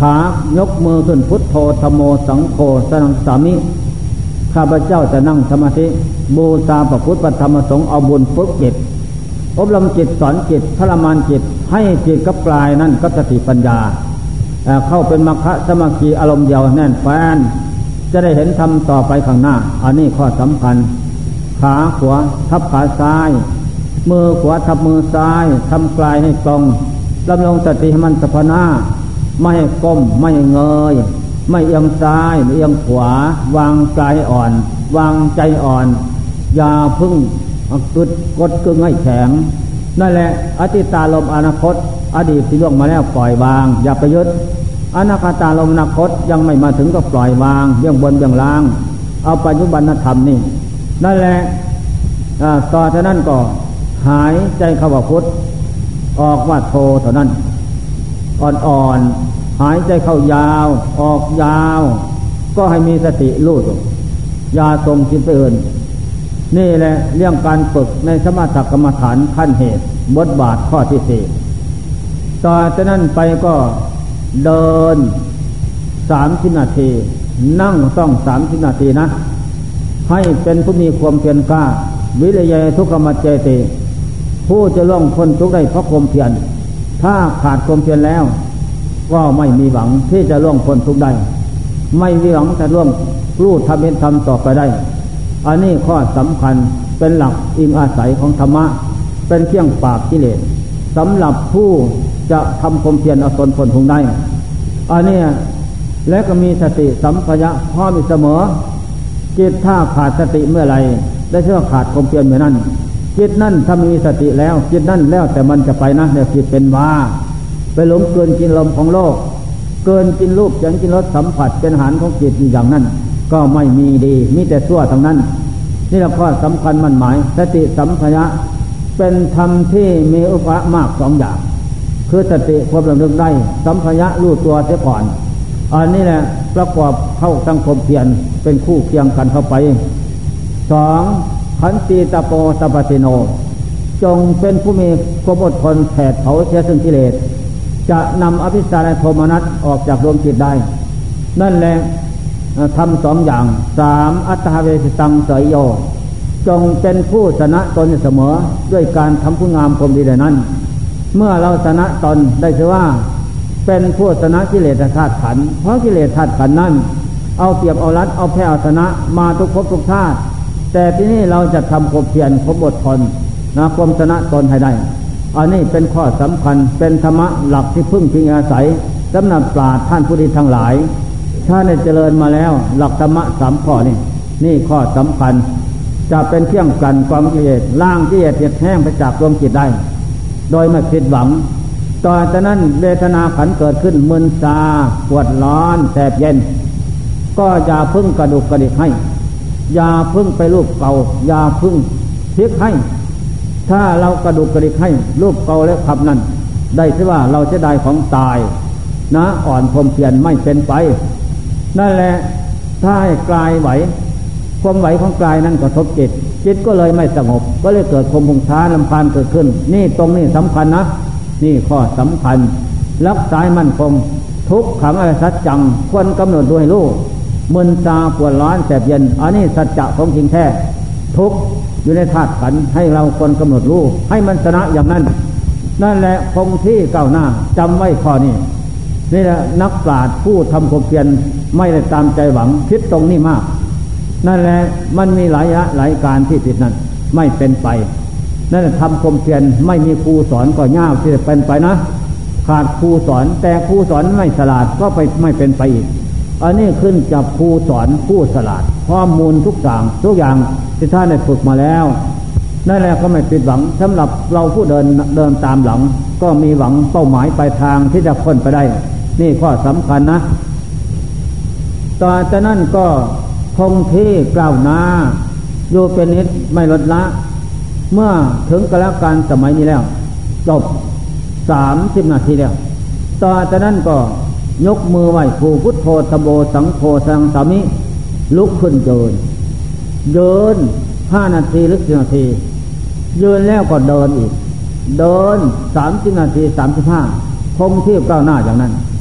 ขายกมือขึ้นพุทโธธัมโมสังโฆสนังสามิข้าพเจ้าจะนั่งสมาธิบูชาพระพุทธพระธรรมพระสงฆ์เอาบุญฝึกจิตอบรมจิตสอนจิตทรมานจิตให้จิตกับกายนั้นกับสติปัญญาเข้าเป็นมรรคสมาธิอารมณ์เดียวแน่นแฟ้นจะได้เห็นธรรมต่อไปข้างหน้าอันนี้ข้อสำคัญขาขวาทับขาซ้ายมือขวาทับมือซ้ายทำกายให้ตรงดำรงสติให้มันสะพนาไม่ให้ก้มไม่ให้เงยไม่เอียงซ้ายไม่เอียงขวาวางกายอ่อนวางใจอ่อนอย่าพึ่งกึดกดกึ่งให้แข็งนั่นแหละอติตาลมอนาคตอดีตที่ล่วงมาแล้วปล่อยวางอย่าไปยึดอนาคตาลมอนาคตยังไม่มาถึงก็ปล่อยวางเรื่องบนเรื่องล่างเอาปัจจุบันธรรมนี่นั่นแหละต่อจากนั้นก็หายใจเข้าว่าพุทธออกว่าโทเท่านั้นอ่อนๆหายใจเข้ายาวออกยาวก็ให้มีสติรู้ตัวอย่าส่งจิตไปอื่นนี่แหละเรื่องการฝึกในสมถกรรมฐานขั้นเหตุบทบาทข้อที่สี่ต่อจากนั้นไปก็เดินสามสิบนาทีนั่งต้องสามสิบนาทีนะให้เป็นผู้มีความเพียรกล้าวิริยะทุกขมัจเจติผู้จะล่วงพ้นทุกข์ได้เพราะความเพียรถ้าขาดความเพียรแล้วก็ไม่มีหวังที่จะล่วงพ้นทุกข์ได้ไม่มีหวังจะล่วงรู้ทำเป็นธรรมต่อไปได้อันนี้ข้อสำคัญเป็นหลักอิงอาศัยของธรรมะเป็นเครื่องปราบกิเลสสำหรับผู้จะทำความเพียรเอาตนพ้นทุกข์ได้อันนี้และก็มีสติสัมปชัญญะพร้อมอยู่เสมอจิตถ้าขาดสติเมื่อไรได้เชื่อขาดความเพียรเมื่อนั้นจิตนั่นถ้ามีสติแล้วจิตนั่นแล้วแต่มันจะไปนะเนี่ยจิตเป็นว่าไปหลงเกินกินลมของโลกเกินกินรูปเสียงกินรสสัมผัสเป็นอาหารของจิตอย่างนั้นก็ไม่มีดีมีแต่ชั่วทั้งนั้นนี่แหละข้อสำคัญมันหมายสติสัมปชัญญะเป็นธรรมที่มีอุปมากสองอย่างคือสติความระลึกได้สัมปชัญญะรู้ตัวเสียก่อนอันนี้แหละประกอบเข้าสังคมเพียรเป็นคู่เคียงกันเข้าไปสองขันติตโปตปฏิโนจงเป็นผู้มีความอดทนแผดเผาเสียซึ่งกิเลสจะนำอภิสารโทมนัสออกจากดวงจิตได้นั่นแหละทำสองอย่างสามอัตถเวสตังเสยโยจงเป็นผู้ชนะตนเสมอด้วยการทำผู้งามความดีในนั้นเมื่อเราชนะตนได้ชื่อว่าเป็นผู้ชนะกิเลสธาตุขันธ์เพราะกิเลสธาตุขันธ์นั้นเอาเปรียบเอารัดเอาแพ้เอาชนะมาทุกภพทุกชาติแต่ที่นี่เราจะทำความเพียรความอดทนนะความชนะตนให้ได้อันนี้เป็นข้อสำคัญเป็นธรรมะหลักที่พึ่งพิงอาศัยสำหรับปราชญ์ท่านผู้ดีทั้งหลายถ้าได้เจริญมาแล้วหลักธรรมะสามข้อนี่นี่ข้อสำคัญจะเป็นเครื่องกันความกิเลสล้างกิเลสเห็ดแห้งไปจากดวงจิตได้โดยไม่ผิดหวังต่อจากนั้นเวทนาขันเกิดขึ้นมึนชาปวดร้อนแสบเย็นก็อย่าพึ่งกระดุกกระดิกให้อย่าพึ่งไปรูปเก่าอย่าพึ่งพลิกให้ถ้าเรากระดุกกระดิกให้รูปเก่าแล้วขับนั้นได้ชื่อว่าเราจะได้ของตายนะอ่อนความเพียรไม่เป็นไปนั่นแหละถ้าให้กายไหวความไหวของกายนั้นกระทบจิตจิตก็เลยไม่สงบก็เลยเกิดความผงช้าลำพานเกิดขึ้นนี่ตรงนี้สำคัญนะนี่ข้อสำคัญรักษามั่นคงทุกขังอริสัจจังควรกำหนดด้วยรู้มึนชาปวดร้อนแสบเย็นอันนี้สัจจะของจริงแท้ทุกอยู่ในธาตุขันธ์ให้เราควรกำหนดรู้ให้มันชนะอย่างนั้นนั่นแหละคงที่ก้าวหน้าจำไว้ข้อนี้นี่แหละนักปราชญ์ผู้ทำความเพียรไม่ได้ตามใจหวังคิดตรงนี้มากนั่นแหละมันมีหลายยะหลายการที่ผิดนั้นไม่เป็นไปนั่นแหละทำความเพียรไม่มีครูสอนก็ยากที่จะเป็นไปนะขาดครูสอนแต่ครูสอนไม่ฉลาดก็ไปไม่เป็นไปอีกอันนี้ขึ้นจากครูสอนผู้ฉลาดข้อมูลทุกอย่างทุกอย่างที่ท่านได้ฝึกมาแล้วนั่นแหละก็ไม่ผิดหวังสำหรับเราผู้เดินเดินตามหลังก็มีหวังเป้าหมายปลายทางที่จะพ้นไปได้นี่ข้อสำคัญนะต่อจากนั้นก็คงที่กล่าวหน้าโยเป็นนิดไม่ลดละเมื่อถึงกาลการสมัยนี้แล้วจบสามสิบนาทีแล้วต่อจากนั้นก็ยกมือไหว้ครูพุทโธธัมโมสังโฆสังสามิลุกขึ้นเดินเดินห้านาทีหรือสิบนาทียืนแล้วก็เดินอีกเดินสามสิบนาทีสามสิบห้าคงที่ก้าวหน้าอย่างนั้น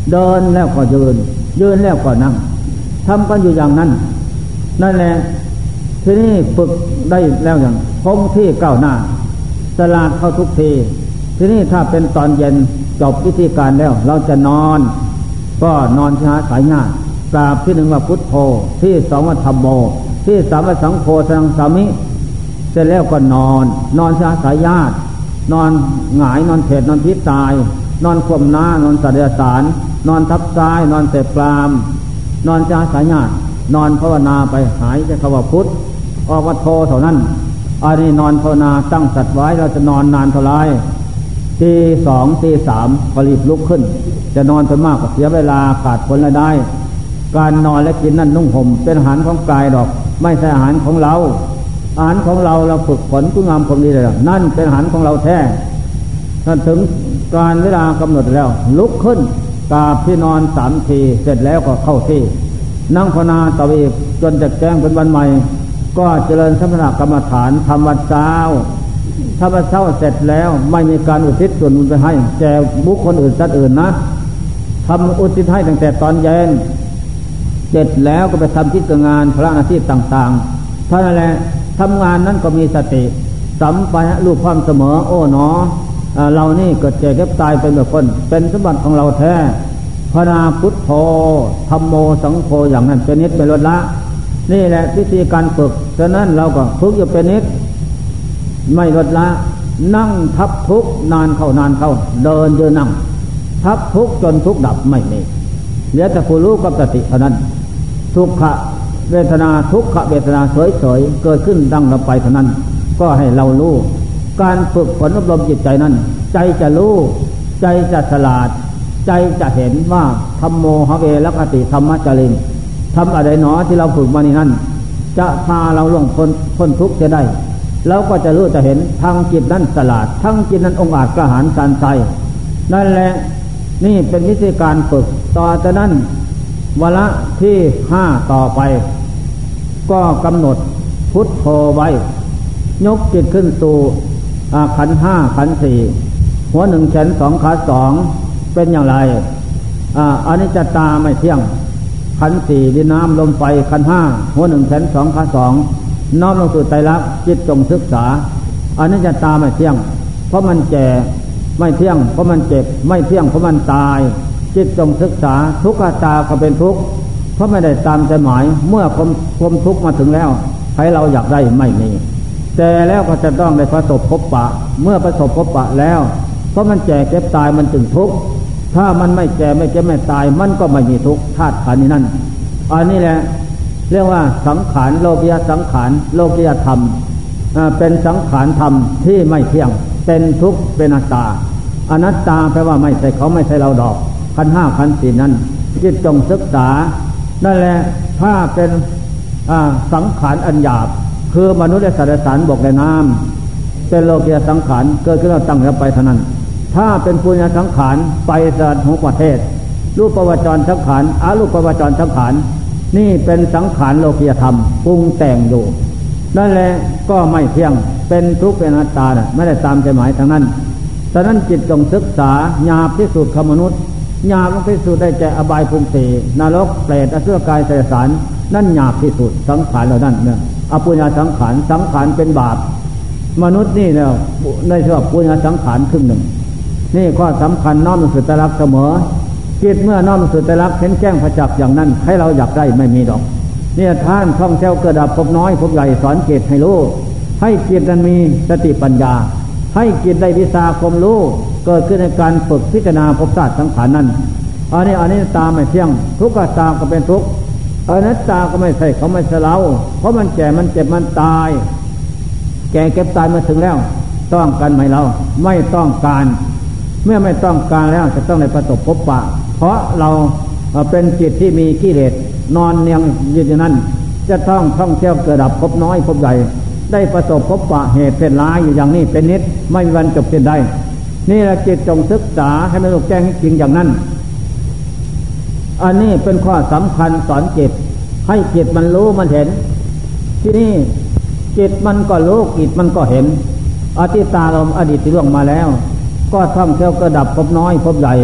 เดินแล้วก็ยืนยืนแล้วก็นั่งทำกันอยู่อย่างนั้นนั่นแหละทีนี้ฝึกได้แล้วอย่างคงที่ก้าวหน้าฉลาดเข้าทุกทีทีนี้ถ้าเป็นตอนเย็นจบวิธีการแล้วเราจะนอนก็นอนช้าสายญาติกราบที่หนึ่งว่าพุทโธที่สองว่าธัมโมที่สามว่าสังโฆสังสามิเสร็จแล้วก็นอนนอนช้าสายญาตินอนหงายนอนเถิดนอนทิศตายนอนคว่ำหน้านอนสัตยสารนอนทับซ้ายนอนเสพกรามนอนช้าสายญาตินอนภาวนาไปหายใจคำว่าพุทธออกว่าโธเท่านั้นอันนี้นอนภาวนาตั้งสัตว์ไว้เราจะนอนนานเท่าไรตีสองตีสามพอรีบลุกขึ้นจะนอนไปมากก็เสียเวลาขาดผลรายได้การนอนและกินนั่นนุ่งห่มเป็นอาหารของกายดอกไม่ใช่อาหารของเราอาหารของเราเราฝึกฝนคุณงามความดีเลยนั่นเป็นอาหารของเราแท้ถ้าถึงการเวลากำหนดแล้วลุกขึ้นกราบที่นอนสามทีเสร็จแล้วก็เข้าที่นั่งภาวนาต่อไปอีกจนจะแจ้งเป็นวันใหม่ก็เจริญสมถกรรมฐานทำวัดเช้าถ้าวัดเช้าเสร็จแล้วไม่มีการอุทิศส่วนบุญไปให้แก่บุคคลอื่นสัตว์อื่นนะทำอุทิศให้ตั้งแต่ตอนเย็นเสร็จแล้วก็ไปทำกิจงานพระหน้าที่ต่างๆเท่านั้นแหละทำงานนั้นก็มีสติสัมปชัญญะรู้ความเสมอโอ้หนอเรานี่เกิดเจ็บเก็บตายเป็นแบบคนเป็นสมบัติของเราแท้พระนาพุทโธธัมโมสังโฆอย่างนั้นเป็นนิดเป็นลดละนี่แหละวิธีการฝึกฉะนั้นเราก็ฝึกอยู่เป็นนิดไม่ลดละนั่งทับทุกนานเข้านานเข้าเดินเดินนั่งทับทุกจนทุกดับไม่มีเหลือแต่ผู้รู้กับสติเท่านั้นทุกขเวทนาทุกขเวทนาเฉยๆเกิดขึ้นดังลงไปเท่านั้นก็ให้เรารู้การฝึกฝนอบรมจิตใจนั้นใจจะรู้ใจจะฉลาดใจจะเห็นว่าธัมโมหเวรคติธรรมจริงทำอะไรหนอที่เราฝึกมานี่นั่นจะพาเราล่วงพ้นพ้นทุกข์จะได้เราก็จะรู้จะเห็นทางจิตนั้นฉลาดทั้งจิตนั้นองอาจกระหายการใจนั่นแหละนี่เป็นวิธีการฝึกต่อจากนั้นวาระที่ห้าต่อไปก็กำหนดพุทโธไว้ยกจิตขึ้นสู่ขันธ์ห้าขันธ์สี่หัวหนึ่งแขนสองขาสองเป็นอย่างไรอนิจจตาไม่เที่ยงขันธ์สี่ดินน้ำลมไฟขันธ์ห้าหัวหนึ่งแขนสองขาสองน้อมลงสู่ไตรลักษณ์จิตจงศึกษาอนิจจตาไม่เที่ยงเพราะมันแก่ไม่เที่ยงเพราะมันเจ็บไม่เที่ยงเพราะมันตายจิตจงศึกษาทุกขตาก็เป็นทุกข์เพราะไม่ได้ตามใจหมายเมื่อความความทุกข์มาถึงแล้วให้เราอยากได้ไม่มีแต่แล้วก็จะต้องได้ประสบพบปะเมื่อประสบพบปะแล้วเพราะมันแก่เก็บตายมันจึงทุกข์ถ้ามันไม่แก่ไม่เก็บไม่ตายมันก็ไม่มีทุกข์ธาตุขันธ์นี้นั่นอันนี้แหละเรียกว่าสังขารโลกิยสังขารโลกิยธรรมเป็นสังขารธรรมที่ไม่เที่ยงเป็นทุกข์เป็นอนัตตาอนัตตาแปลว่าไม่ใช่เขาไม่ใช่เราดอกขันธ์ห้าขันธ์สี่นั้นจิตจงศึกษานั่นแหละถ้าเป็นสังขารอันหยาบคือมนุษย์และสัตว์และสารบกและน้ำเป็นโลกิยสังขารเกิดขึ้นแล้วตั้งแล้วไปเท่านั้นถ้าเป็นปุญญสังขารไปสถานของประเทศรูปปวจรสังขารอรูปปวจรสังขารนี่เป็นสังขารโลกิยธรรมปรุงแต่งอยู่นั่นแหละก็ไม่เที่ยงเป็นทุกข์เป็นอนัตตาไม่ได้ตามใจหมายทางนั้นฉะนั้นจิตจงศึกษาหยาบที่สุดของมนุษย์หยาบที่สุดได้แก่อบายภูมิสี่นรกเปรตอสุรกายเสสารนั่นหยาบที่สุดสังขารเหล่านั้นเนี่ยอปุญญสังขารสังขารเป็นบาปมนุษย์นี่เนี่ยในฉบับปุญญสังขารครึ่งหนึ่งนี่ข้อสำคัญน้อมสุดตรักเสมอจิตเมื่อน้อมสุดตรักเห็นแจ้งประจักษ์อย่างนั้นให้เราอยากได้ไม่มีดอกเนี่ยท่านท่องเที่ยวเกิดดับพบน้อยพบใหญ่สอนจิตให้รู้ให้จิตนั้นมีสติปัญญาให้จิตได้วิชาความรู้เกิดขึ้นในการฝึกพิจารณาภพชาติสังขารนั้นอันนี้อันนี้ตาไม่เที่ยงทุกขตาก็เป็นทุกข์อนัตตาก็ไม่ใช่เขาไม่ใช่เราเพราะมันแก่มันเจ็บมันตายแก่เก็บตายมาถึงแล้วต้องการไหมเราไม่ต้องการเมื่อไม่ต้องการแล้วจะต้องได้ประสบพบปะเพราะเราเป็นจิตที่มีกิเลสนอนเนียงอยู่อย่างนั้นจะต้องท่องเที่ยวเกิดดับพบน้อยพบใหญ่ได้ประสบพบปะเหตุเป็นร้ายอยู่อย่างนี้เป็นนิดไม่มีวันจบสิ้นได้นี่แหละจิตจงศึกษาให้มันรู้แจ้งจริงอย่างนั้นอันนี้เป็นข้อสำคัญสอนจิตให้จิตมันรู้มันเห็นที่นี่จิตมันก็รู้จิตมันก็เห็นอดีตตาลมอดีตที่ล่วงมาแล้วก็ท่องเที่ยวกระดับพบน้อยพบใหญ่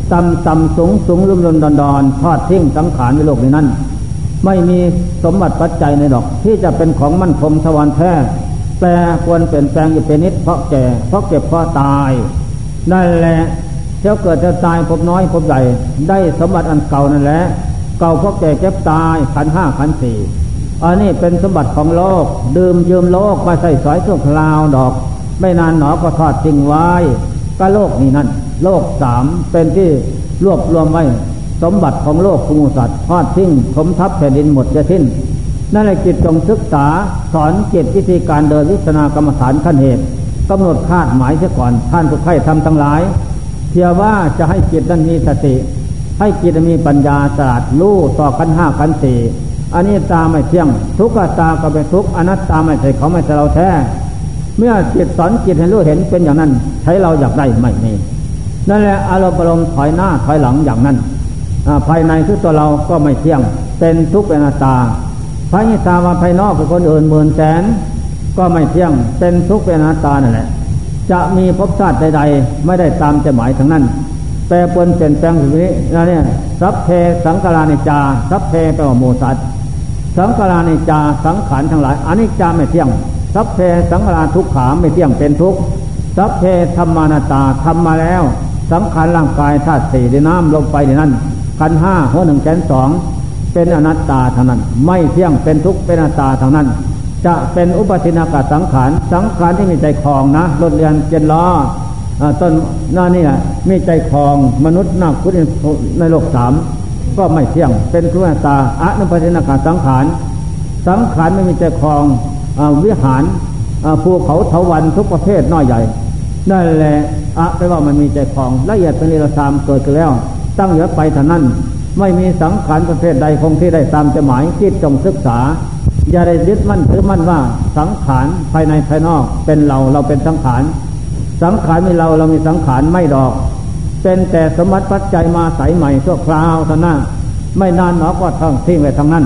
ต่ำต่ำสูงสูงลุ่มลุ่มดอนดอนทอดทิ้งสังขารในโลกนี้นั้นไม่มีสมบัติปัจจัยในดอกที่จะเป็นของมั่นคงทวารแท้แปรปรวนเปลี่ยนแปลงอยู่เป็นนิดเพราะแก่เพราะเก็บเพราะตายนั่นแหละเที่ยวเกิดเที่ยวตายพบน้อยพบใหญ่ได้สมบัติอันเก่านั่นแหละเก่าเพราะแก่เก็บตายขันธ์ห้าขันธ์สี่อันนี้เป็นสมบัติของโลกดื่มยืมโลกมาใส่สอยชั่วคราวดอกไม่นานหนอก็ทอดทิ้งไว้ก็โลกนี้นั่นโลกสามเป็นที่รวบรวมไว้สมบัติของโลกภูมิสัตว์ทอดทิ้งถมทับแผ่นดินหมดจะสิ้นนั่นแหละจิตจงศึกษาสอนจิตวิธีการเดินวิปัสสนากรรมฐานขั้นเหตุกำหนดคาดหมายเสียก่อนท่านผู้ใคร่ทำทั้งหลายเพียงว่าจะให้จิตนั้นมีสติให้จิตมีปัญญาฉลาดรู้ต่อขันธ์ห้าขันธ์สี่อันนี้ตาไม่เที่ยงทุกขตาก็เป็นทุกข์อนัตตาไม่ใช่เขาไม่ใช่เราแท้เมื่อจิตสอนจิตให้รู้เห็นเป็นอย่างนั้นใช้เราอยากได้ไม่มีนั่นแหละอารมณ์อารมณ์ถอยหน้าถอยหลังอย่างนั้นภายในคือตัวเราก็ไม่เที่ยงเป็นทุกข์เป็นอนัตตาภายในตาว่าภายนอกคือคนอื่นหมื่นแสนก็ไม่เที่ยงเป็นทุกข์เป็นอนัตตานั่นแหละจะมีภพชาติใดๆไม่ได้ตามใจหมายทั้งนั้นแปรปรวนเปลี่ยนแปลงสิ่งนี้นั่นเนี่ยสัพเพสังขารานิจจาสัพเพแปลว่าโมสัตสังขารานิจจาสังขารทั้งหลายอนิจจาไม่เที่ยงสัพเพสังขาราทุกขาไม่เที่ยงเป็นทุกข์สัพเพธรรมานาตาทำมาแล้วสังขารร่างกายธาตุสี่ดินน้ำลมไฟในนั้นขันธ์ห้าหัวหนึ่งแขนสองเป็นอนัตตาทางนั้นไม่เที่ยงเป็นทุกข์เป็นอนัตตาทางนั้นจะเป็นอุปาทินากสังขารสังขารที่มีใจคลองนะรถเรือนเจนล้อต้นหน้านี่มีใจคลองมนุษย์นักพุทธในโลกสามก็ไม่เที่ยงเป็นทุกข์อนัตตาอนุปาทินากสังขารสังขารไม่มีใจคลองวิหารภูเขาเถาวัลย์ทุกประเภทน้อยใหญ่นั่นแหละอะแปลว่ามันมีใจคลองละเอียดเป็นเรื่องสามเกิดขึ้นแล้วตั้งอยู่ไปเท่านั้นไม่มีสังขารประเภทใดคงที่ได้ตามใจหมายจิตจงศึกษาอย่าได้ยึดมั่นถือมั่นว่าสังขารภายในภายนอกเป็นเราเราเป็นสังขารสังขารมีเราเรามีสังขารไม่ดอกเป็นแต่สมบัติปัจจัยมาใส่ใหม่ชั่วคราวเท่านั้นไม่นานหนอก็ทั้งทิ้งไว้ทั้งนั้น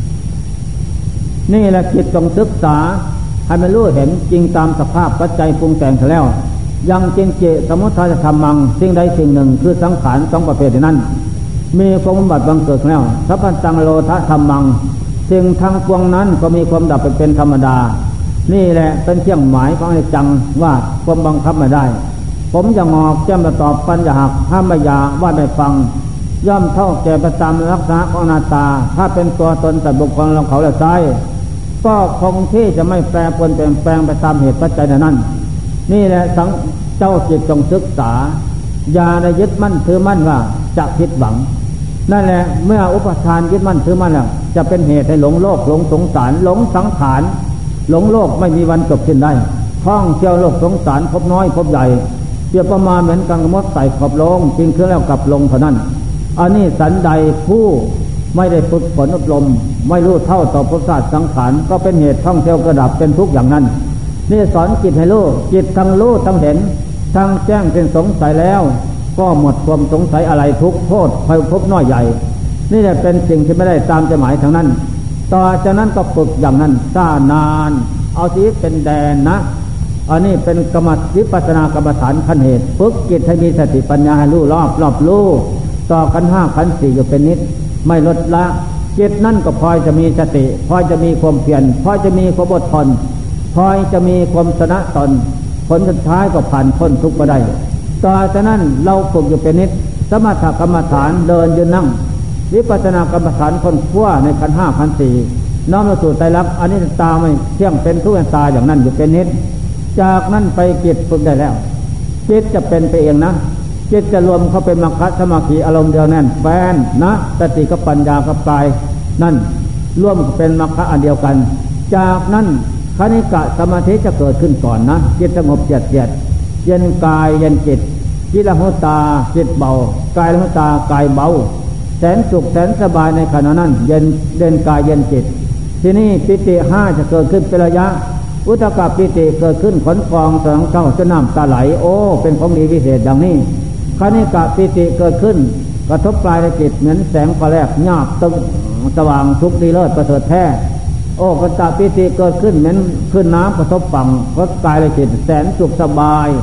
นี่แหละจิตจงศึกษาให้มันรู้เห็นจริงตามสภาพปัจจัยปรุงแต่งแล้วยังจริงเจสมุทัยธรรมังสิ่งใดสิ่งหนึ่งคือสังขารสองประเภทนั้นมีความบัติบังเกิดแล้วสัพพัญตังโลทะธรรมังสิ่งทั้งปวงนั้นก็มีความดับไปเป็นธรรมดานี่แหละเป็นเครื่องหมายของอนิจจังว่าความบังคับไม่ได้ผมจะงอกแก้มตอบปัญญาหักห้ามไม่ยาว่าไม่ฟังย่อมเท่าแก่ประตามลักษณะของอนัตตาถ้าเป็นตัวตนแต่บุคคลเราเขาและใจก็คงที่จะไม่แปรปรวนเปลี่ยนแปลงไปตามเหตุปัจจัยนั้นนี่แหละสังเจ้าจิตจงศึกษาอย่าได้ยึดมั่นถือมั่นว่าจะผิดหวังนั่นแหละเมื่ออุปทานยึดมั่นถือมั่นแล้วจะเป็นเหตุให้หลงโลกหลงสงสารหลงสังขารหลงโลกไม่มีวันจบสิ้นได้ท่องเที่ยวโลกสงสารพบน้อยพบใหญ่เปรียบประมาณเหมือนกันกับมดใส่ขอบลงกินเครื่องแล้วกลับลงเท่านั้นอันนี้สันใดผู้ไม่ได้ฝึกฝนอบรมไม่รู้เท่าต่อภพชาติสังขารก็เป็นเหตุท่องเที่ยวกระดับเป็นทุกข์อย่างนั้นนี่สอนจิตให้รู้จิตทั้งรู้ทั้งเห็นทั้งแจ้งเป็นสงสัยแล้วก็หมดความสงสัยอะไรทุกโทษภัยพบน้อยใหญ่นี่แหละเป็นสิ่งที่ไม่ได้ตามใจหมายทั้งนั้นต่อจากนั้นก็ฝึกอย่างนั้นซ่านานเอาชีวิตเป็นแดนนะอันนี้เป็นกรรมวิปัสสนากรรมฐานขั้นเหตุฝึกจิตให้มีสติปัญญาให้รู้รอบรอบรู้ต่อขันธ์ห้าขันธ์สี่อยู่เป็นนิดไม่ลดละจิตนั่นก็พลอยจะมีสติพลอยจะมีความเพียรพลอยจะมีความอดทนพลอยจะมีความชนะตนผลสุดท้ายก็ผ่านพ้นทุกข์มาได้ต่อจากนั้นเราฝึกอยู่เป็นนิดสมถกรรมฐานเดินยืนนั่งวิปัสสนากรรมฐานคนขั้วในขันธ์ห้าขันธ์สี่น้อมสู่ไตรลักษณ์อนิจจตาไม่เที่ยงเป็นทุกข์ตาอย่างนั้นอยู่เป็นนิดจากนั้นไปจิตฝึกได้แล้วจิตจะเป็นไปเองนะจิตจะรวมเข้าเป็นมรรคสมาธิอารมณ์เดียวแน่นแฟนนะสติกับปัญญากับกายนั่นร่วมเป็นมรรคอันเดียวกันจากนั้นคณิกะสมาธิจะเกิดขึ้นก่อนนะจิตสงบเจียดเจียดเย็นกายเย็นจิตจิตละหุตาจิตเบากายละหุตากายเบาแสนสุขแสนสบายในขณะนั้นเย็นเด่นกายเย็นจิตที่นี่ปิติห้าจะเกิดขึ้นเป็นระยะอุทกปิติเกิดขึ้นขนฟองสังเก้าจะน้ำตาไหลโอ้เป็นของดีพิเศษดังนี้คณิกะปิติเกิดขึ้นกระทบปลายจิตเหมือนแสงฟ้าแลบหยาบตึงสว่างทุกดีเลิศประเสริฐแท้โอ้กตปิติเกิดขึ้นเหมือนขึ้นน้ำกระทบฝั่งก็กายจิตแสนสุขสบาย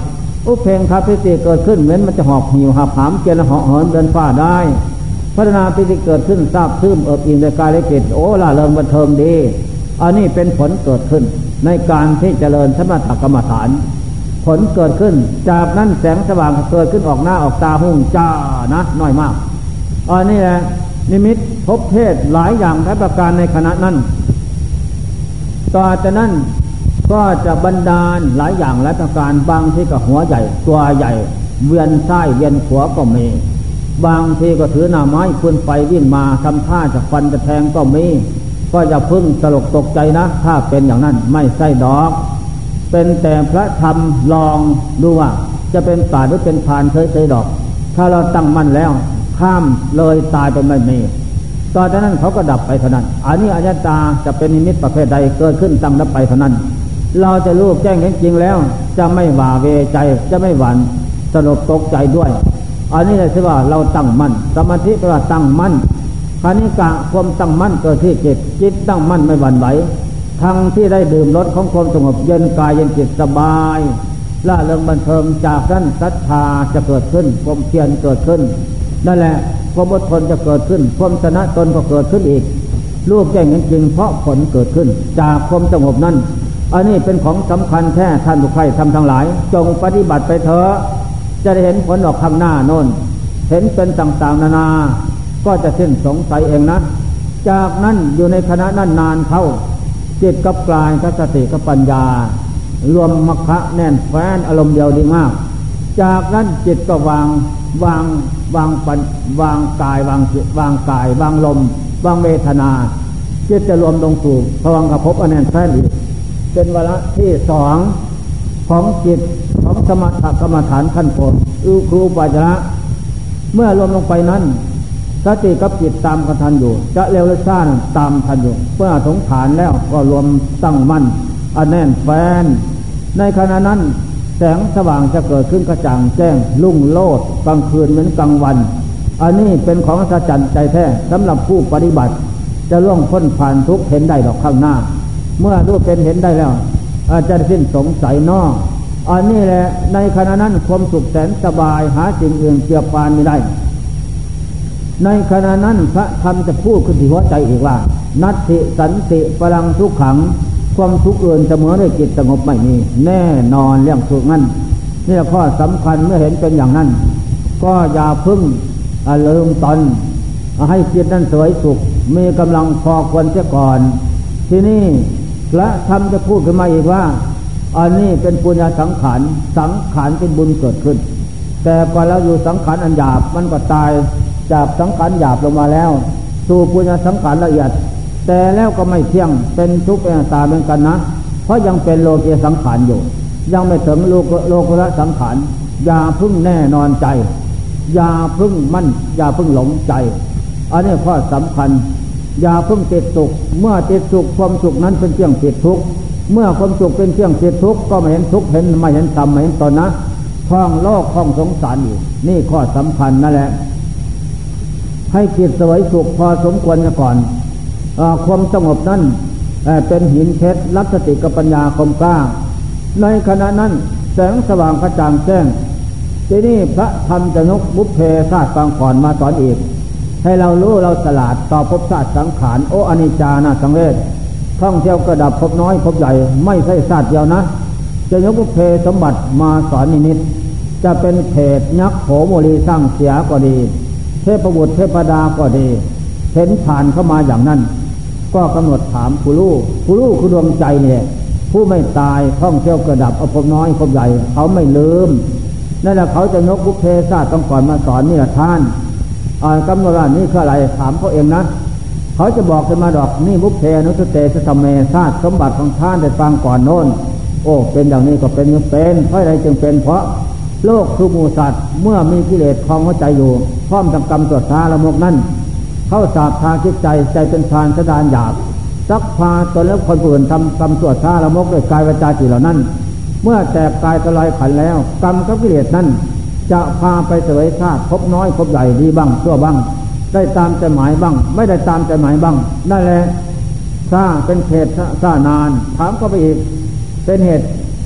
อุเพงคาปิติเกิดขึ้นเหมือนมันจะหอบหิวหาผามเกณฑ์เหาะเหินเดินฟ้าได้พัฒนาปิติเกิดขึ้นทราบซึ้งเอิบอิ่มในกายและจิตโอ้ล่าเริงบันเทิงดีอันนี้เป็นผลเกิดขึ้นในการที่เจริญสมถกรรมฐานผลเกิดขึ้นจากนั้นแสงสว่างเกิดขึ้นออกหน้าออกตาหุ่งจ้านะน้อยมากอันนี้แหละนิมิตพบเพศหลายอย่างหลายประการในขณะนั้นต่อจากนั้นก็จะบันดาลหลายอย่างหลายประการบางที่ก็หัวใหญ่ตัวใหญ่เวียนซ้ายเวียนขวาก็มีบางทีก็ถือหน้าไม้ขึ้นไปวิ่งมาทำท่าจะฟันจะแทงก็มีก็จะพึ่งตลกตกใจนะถ้าเป็นอย่างนั้นไม่ใช่ดอกเป็นแต่พระธรรมลองดูว่าจะเป็นป่าหรือเป็นพานเคยเคยดอกถ้าเราตั้งมั่นแล้วข้ามเลยตายไปไม่มีตอนนั้นเขาก็ดับไปเท่านั้นอันนี้อายตาจะเป็นนิมิตประเภทใดเกิดขึ้นตั้งดับไปเท่านั้นเราจะรู้แจ้งเห็นจริงแล้วจะไม่หวาเวใจจะไม่หวั่นสลบตกใจด้วยอันนี้เลยที่ว่าเราตั้งมั่นสมาธิแปลว่าตั้งมั่นคานิกะความตั้งมั่นเกิดที่จิตจิตตั้งมั่นไม่หวั่นไหวทั้งที่ได้ดื่มรสของความสงบเย็นกายเย็นจิตสบายล่าเริงบันเทิงจากนั้นศรัทธาจะเกิดขึ้นความเพียรเกิดขึ้นนั่นแหละความอดทนจะเกิดขึ้นความชนะตนก็เกิดขึ้นอีกรูปแจ้งจริงเพราะผลเกิดขึ้นจากความสงบนั้นอันนี้เป็นของสำคัญแท้ท่านผู้ใคร่ทำทั้งหลายจงปฏิบัติไปเถอะจะได้เห็นผลออกข้างหน้าโน้นเห็นเป็นต่างๆนานาก็จะสิ้นสงสัยเองนะจากนั้นอยู่ในขณะนั้นนานเข้าจิตกับกายกับสติกับปัญญารวมมรรคแน่นแฟ้นอารมณ์เดียวดีมากจากนั้นจิตก็วางวางวางปัญวางกายวางวางกายวางลมวางเวทนาจิตจะรวมลงสู่ภวังคภพอันแน่นแฟ้นอีกเป็นวาระที่สองของจิตของสมถกรรมฐานขั้นโพธิอุครูปัจจระเมื่อรวมลงไปนั้นสติกับจิตตามกันทันอยู่จะเร็วหรือช้าตามทันอยู่เมื่อถงฐานแล้วก็รวมตั้งมั่นอันแน่นแฟ้นในขณะนั้นแสงสว่างจะเกิดขึ้นกระจ่างแจ้งรุ่งโรจน์กลางคืนเหมือนกลางวันอันนี้เป็นของอัศจรรย์ใจแท้สำหรับผู้ปฏิบัติจะล่วงพ้นผ่านทุกข์เห็นได้ดอกข้างหน้าเมื่อรู้เป็นเห็นได้แล้วอาจจะสิ้นสงสัยนอกอันนี้แหละในขณะนั้นความสุขแสนสบายหาสิ่งอื่นเกี่ยวปานไม่ได้ในขณะนั้นพระธรรมจะพูดขึ้นที่หัวใจอีกว่านัตถิสันติพลังทุกขังความทุกข์อื่นเสมอด้วยจิตสงบไม่มีแน่นอนเรื่องสุขนั้นนี่ข้อสำคัญเมื่อเห็นเป็นอย่างนั้นก็อย่าพึ่งลืมตนให้จิตนั้นสวยสุขมีกำลังพอควรเสียก่อนที่นี่พระธรรมจะพูดขึ้นมาอีกว่าอันนี้เป็นปุญญสังขารสังขารเป็นบุญเกิดขึ้นแต่ก่อนเราอยู่สังขารอันหยาบมันก็ตายจากสังขารหยาบลงมาแล้วสู่ปุญญสังขารละเอียดแต่แล้วก็ไม่เที่ยงเป็นทุกข์เป็นอนัตตาเหมือนกันนะเพราะยังเป็นโลกียสังขารอยู่ยังไม่ถึงโลกโลกุตระสังขารอย่าพึ่งแน่นอนใจอย่าพึ่งมั่นอย่าพึ่งหลงใจอันนี้ข้อสำคัญอย่าพึ่งติดสุขเมื่อติดสุขความสุขนั้นเป็นเครื่องติดทุกข์เมื่อความสุขเป็นเครื่องติดทุกข์ก็ไม่เห็นทุกข์เห็นไม่เห็นธรรมไม่เห็นตนนะท่องโลกท่องสงสารอยู่นี่ข้อสำคัญนั่นแหละให้จิตสวยสุขพอสมควรก่อนความสงบนั้นเป็นหินเพชรรัตติกับปัญญาคมกล้าในขณะนั้นแสงสว่างกระจ่างแจ้งทีนี้พระธรรมจะยกบุพเพศาสตร์บางก่อนมาสอนอีกให้เรารู้เราฉลาดต่อภพชาติสังขารโออนิจจานะสังเวชท่องเที่ยวกระดับภพน้อยภพใหญ่ไม่ใช่ชาติเดียวนะจะยกบุพเพสมบัติมาสอนนิมิตจะเป็นเขตยักษ์โหโมลีสร้างเสียก็ดีเทพบุตรเทพดาก็ดีเห็นผ่านเข้ามาอย่างนั้นก็กำหนดถามผู้รู้ผู้รู้คือดวงใจเนี่ยผู้ไม่ตายท่องเที่ยวกระดับอภพน้อยภพใหญ่เขาไม่ลืมนั่นแหละเขาจะยกบุพเพศาสตร์ต้องก่อนมาสอนนี่แหละท่านอ่านกำหนดว่านี่คืออะไรถามเขาเองนะเขาจะบอกขึ้นมาดอกนี่บุพเพนุสเตสเมศาสตร์สมบัติของท่านได้ฟังก่อนโน้นโอ้เป็นอย่างนี้ก็เป็นยังเป็นเพราะอะไรจึงเป็นเพราะโลกคือหมู่สัตว์เมื่อมีกิเลสคลองหัวใจอยู่พร้อมทำกรรมตรวจตาละมกนั้นเข้าสาบทางจิตใจใจเป็นฌานสดานหยาบซักพาตนและคนอื่นทำกรรมตรวจตาละมกด้วยกายวาจาจิตเหล่านั้นเมื่อแตกกายทลายขันแล้วกรรมกับกิเลสนั้นจะพาไปเสวยชาติพบน้อยพบใหญ่ดีบ้างชั่วบ้างได้ตามใจหมายบ้างไม่ได้ตามใจหมายบ้างนั่นแหละซ่าเป็นเหตุซ่านานถามก็ไปอีกเป็นเหตุ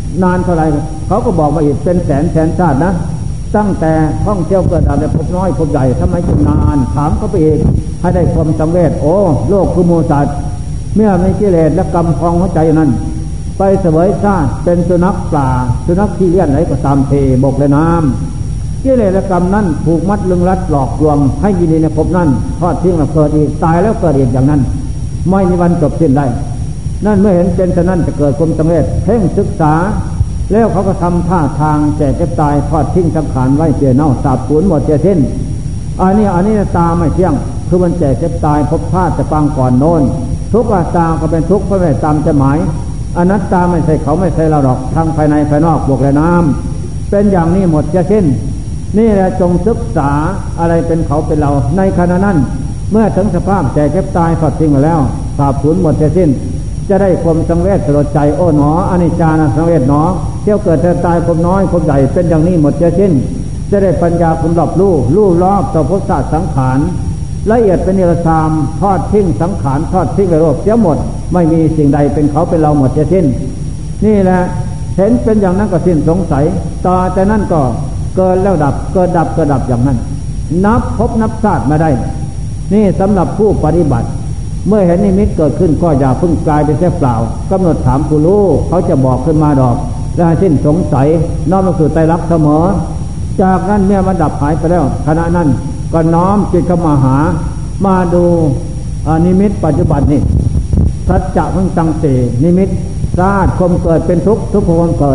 นานเท่าไหร่เขาก็บอกว่าอีกเป็นแสนแสนชาตินะตั้งแต่ท่องเที่ยวเกิดดับในภพน้อยภพใหญ่ทำไมจึงนานถามเขาไปอีกให้ได้ความสังเวชโอ้โลกคือมูสัตว์เมื่อมีกิเลสและกรรมครองหัวใจนั้นไปเสวยชาติเป็นสุนัขป่าสุนัขที่เลี้ยนไหนก็ตามเทบกและน้ำกิเลสและกรรมนั้นผูกมัดลึงรัดหลอกลวงให้ยินดีในภพนั้นทอดทิ้งแล้วเกิดอีกตายแล้วเกิดอีกอย่างนั้นไม่มีวันจบสิ้นได้นั่นเมื่อเห็นเป็นฉะนั้นจะเกิดความสังเวชเพ่งศึกษาแล้วเขาก็ทำท่าทางแก่เจ็บตายทอดทิ้งสังขารไว้เจียเน่าสาบสูญหมดเจียสิ้นอันนี้อันนี้ตาไม่เที่ยงคือมันแก่เจ็บตายพบธาตุจะปังก่อนโน้นทุกข์ตาก็เป็นทุกข์เพราะไม่ตามจะหมายอนัตตาไม่ใช่เขาไม่ใช่เราหรอกทั้งภายในภายนอกบวกและน้ำเป็นอย่างนี้หมดเจียสิ้นนี่แหละจงศึกษาอะไรเป็นเขาเป็นเราในขณะนั้นเมื่อถึงสภาพแก่เจ็บตายทอดทิ้งมาแล้วสาบสูญหมดเจียสิ้นจะได้ความสังเวชสลดใจโอ้หนออนิจจานะสังเวชหนอเที่ยวเกิดเที่ยวตายความน้อยความใหญ่เป็นอย่างนี้หมดเสียสิ้นจะได้ปัญญาคุณรอบรู้รู้รอบต่อพุทธสังขารละเอียดเป็นนิรสามทอดทิ้งสังขารทอดทิ้งโลกเสียหมดไม่มีสิ่งใดเป็นเขาเป็นเราหมดเสียสิ้นนี่แหละเห็นเป็นอย่างนั้นก็สิ้นสงสัยต่อจากนั้นก็เกิดแล้วดับเกิดดับเกิดดับอย่างนั้นนับพบนับชาติมาได้นี่สำหรับผู้ปฏิบัติเมื่อเห็นนิมิตเกิดขึ้นก็อย่าเพิ่งกลายเป็นแค่เปล่ากำหนดถามผู้รู้เขาจะบอกขึ้นมาดอกและสิ้นสงสัยน้อมสู่ไตรลักษณ์เสมอจากนั้นเมื่อมันดับหายไปแล้วขณะนั้นก็น้อมจิตเข้ามาหามาดูนิมิตปัจจุบันนี่สัจจะพังตังเตนิมิตชาติความเกิดเป็นทุกข์ทุกข์ความเกิด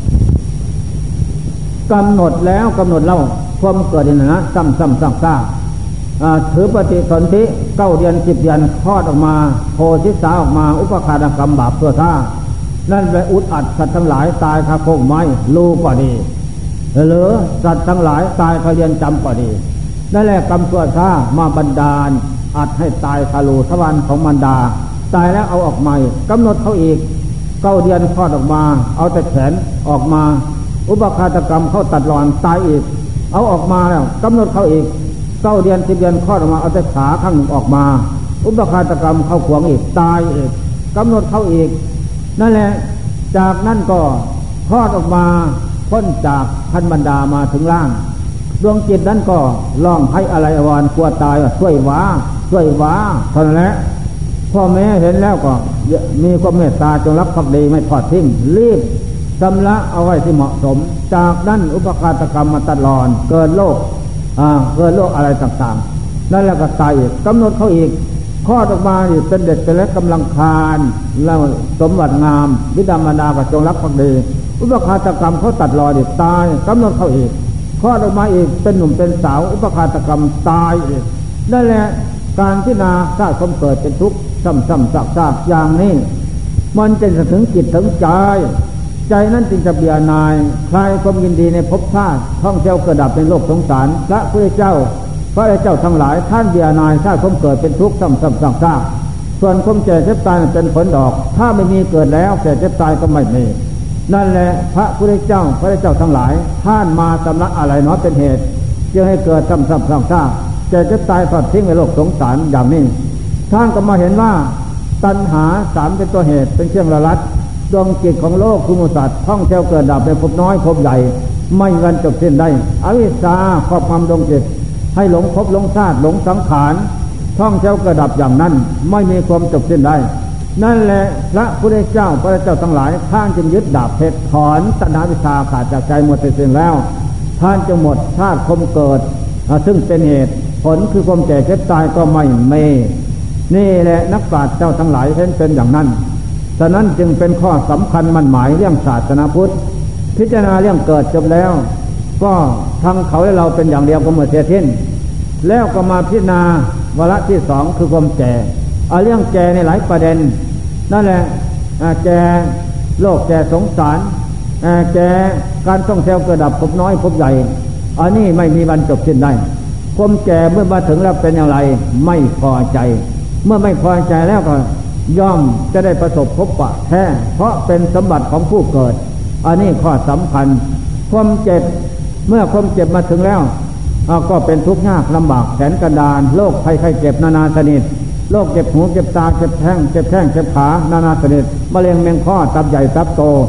กำหนดแล้วกำหนดเล่าความเกิดนี่นะซ้ำซ้ำซากซากถือปฏิสนธิเก้าเดือนสิบเดือนคลอดออกมาโพธิสาออกมาอุปคาตกรรมบาปเพื่อท่านั่นแหละอุดอัดสัตว์ทั้งหลายตายคาโคกไม้ลูกก็ดีหรือสัตว์ทั้งหลายตายคาเรียนจำก็ดีนั่นแหละกรรมเพื่อท่ามาบันดาลอัดให้ตายคารูทวารของมารดาตายแล้วเอาออกใหม่กำหนดเขาอีกเก้าเดือนคลอดออกมาเอาแต่แขนออกมาอุปคาตกรรมเข้าตัดหลอนตายอีกเอาออกมาแล้วกำหนดเขาอีกเก้าเดือนสิบเดือนคลอดออกมาเอาแต่ขาข้างหนึ่งออกมาอุปคาตกรรมเข้าขวางอีกตายอีกกำหนดเขาอีกนั่นแหละจากนั้นก็คลอดออกมาพ้นจากพันบรรดามาถึงล่างดวงจิตนั้นก็ร้องให้อะไรอวรกลัวตายว่าช่วยว้าช่วยว้าเท่านั้นแหละพ่อแม่เห็นแล้วก็มีความเมตตาจงรักภักดีไม่ทอดทิ้งรีบชำระเอาไว้ที่เหมาะสมจากนั้นอุปคาตกรรมมาตัดรอนเกิดโรคอ่าเกิดโรคอะไรต่างๆนั่นแหละก็ตายอีกกำหนดเขาอีกคลอดออกมาอีกเป็นเด็กเป็นเล็กกำลังคานแล้วสมบัติงามวิดามารดาก็จงรักภักดีอุปคาตกรรมเขาตัดรอนอีกตายกำหนดเขาอีกคลอดออกมาอีกเป็นหนุ่มเป็นสาวอุปคาตกรรมตายอีกนั่นแหละการพิจารณาสร้างความเกิดเป็นทุกข์ซ้ำๆซากๆอย่างนี้มันจะถึงจิตถึงใจใจนั้นจึงจะเบื่อหน่ายคลายความยินดีในภพชาติท่องเที่ยวเกิดดับในโลกสงสารพระพุทธเจ้าพระเจ้าทั้งหลายท่านเบื่อหน่ายถ้าความเกิดเป็นทุกข์ซ้ำๆซากๆส่วนความแก่เจ็บตายเป็นผลดอกถ้าไม่มีเกิดแล้วแก่เจ็บตายก็ไม่มีนั่นแหละพระพุทธเจ้าพระเจ้าทั้งหลายท่านมาชำระอะไรเนาะเป็นเหตุจึงให้เกิดซ้ำๆซากๆแก่เจ็บตายทอดทิ้งในโลกสงสารอย่างนี้ท่านก็มาเห็นว่าตัณหาสามเป็นตัวเหตุเป็นเครื่องละลัดดวงจิตของโลกคือมูสัตว์ท่องเที่ยวเกิดดับในภพน้อยภพใหญ่ไม่มีวันจบสิ้นได้อวิชชาครอบงำดวงจิตให้หลงภพหลงชาติหลงสังขารท่องเที่ยวเกิดดับอย่างนั้นไม่มีความจบสิ้นได้นั่นแหละพระพุทธเจ้าพระเจ้าทั้งหลายท่านจึงยึดดาบเพชรถอนตัณหาวิชาขาดจากใจหมดสิ้นแล้วท่านจะหมดชาติความเกิดซึ่งเป็นเหตุผลคือความแก่เจ็บตายก็ไม่มีนี่แหละนักปราชญ์เจ้าทั้งหลายเห็นเป็นอย่างนั้นฉะนั้นจึงเป็นข้อสำคัญมั่นหมายเรื่องศาสนาพุทธพิจารณาเรื่องเกิดจบแล้วก็ทั้งเขาและเราเป็นอย่างเดียวก็หมดเสียทิ้นแล้วก็มาพิจารณาวาระที่สองคือความแก่เอาเรื่องแก่ในหลายประเด็นนั่นแหละแก่โลกแก่สงสารแก่การท่องเที่ยวเกิดดับภพน้อยภพใหญ่อันนี้ไม่มีวันจบสิ้นได้ความแก่เมื่อมาถึงแล้วเป็นอย่างไรไม่พอใจเมื่อไม่พอใจแล้วก็ย่อมจะได้ประสบพบปะแท้เพราะเป็นสมบัติของผู้เกิดอันนี้ข้อสำคัญความเจ็บเมื่อความเจ็บมาถึงแล้วก็เป็นทุกข์ยากลำบากแสนกระดานโรคภัยไข้เจ็บนานาชนิดโรคเจ็บหูเจ็บตาเจ็บแข้งเจ็บแข้งเจ็บขานานาชนิดมะเร็งแมงข้อตับใหญ่ตับโต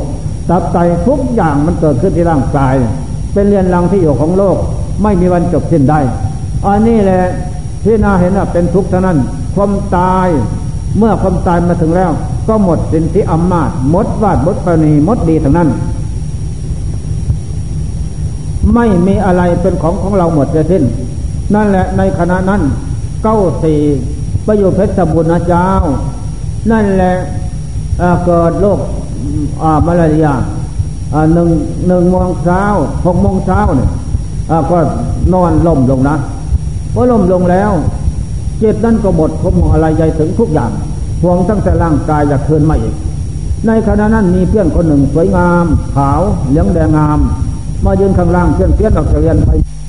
ตับไตทุกอย่างมันเกิดขึ้นที่ร่างกายเป็นเรือนรังที่อยู่ของโลกไม่มีวันจบสิ้นได้อันนี้แหละที่น่าเห็นว่าเป็นทุกข์เท่านั้นความตายเมื่อความตายมาถึงแล้วก็หมดสิทธิอำนาจหมดวาดหมดประณีหมดดีทั้งนั้นไม่มีอะไรเป็นของของเราหมดสิ้นนั่นแหละในขณะนั้นเก้าสี่ประโยชน์เพชรบุญนะเจ้านั่นแหละเกิดโรคมาลาเรียหนึ่งหนึ่งโมงเช้าหกโมงเช้าเนี่ยก็นอนล่มลงนะพอล่มลงแล้วจิตนั้นก็หมดความห่วงอะไรใหญ่ถึงทุกอย่างห่วงตั้งแต่ร่างกายอยากคืนมาอีกในขณะนั้นมีเพื่อนคนหนึ่งสวยงามขาวเหลืองแดงงามมายืนข้างล่างเพื่อนเพื่อนออกจากเรียนไป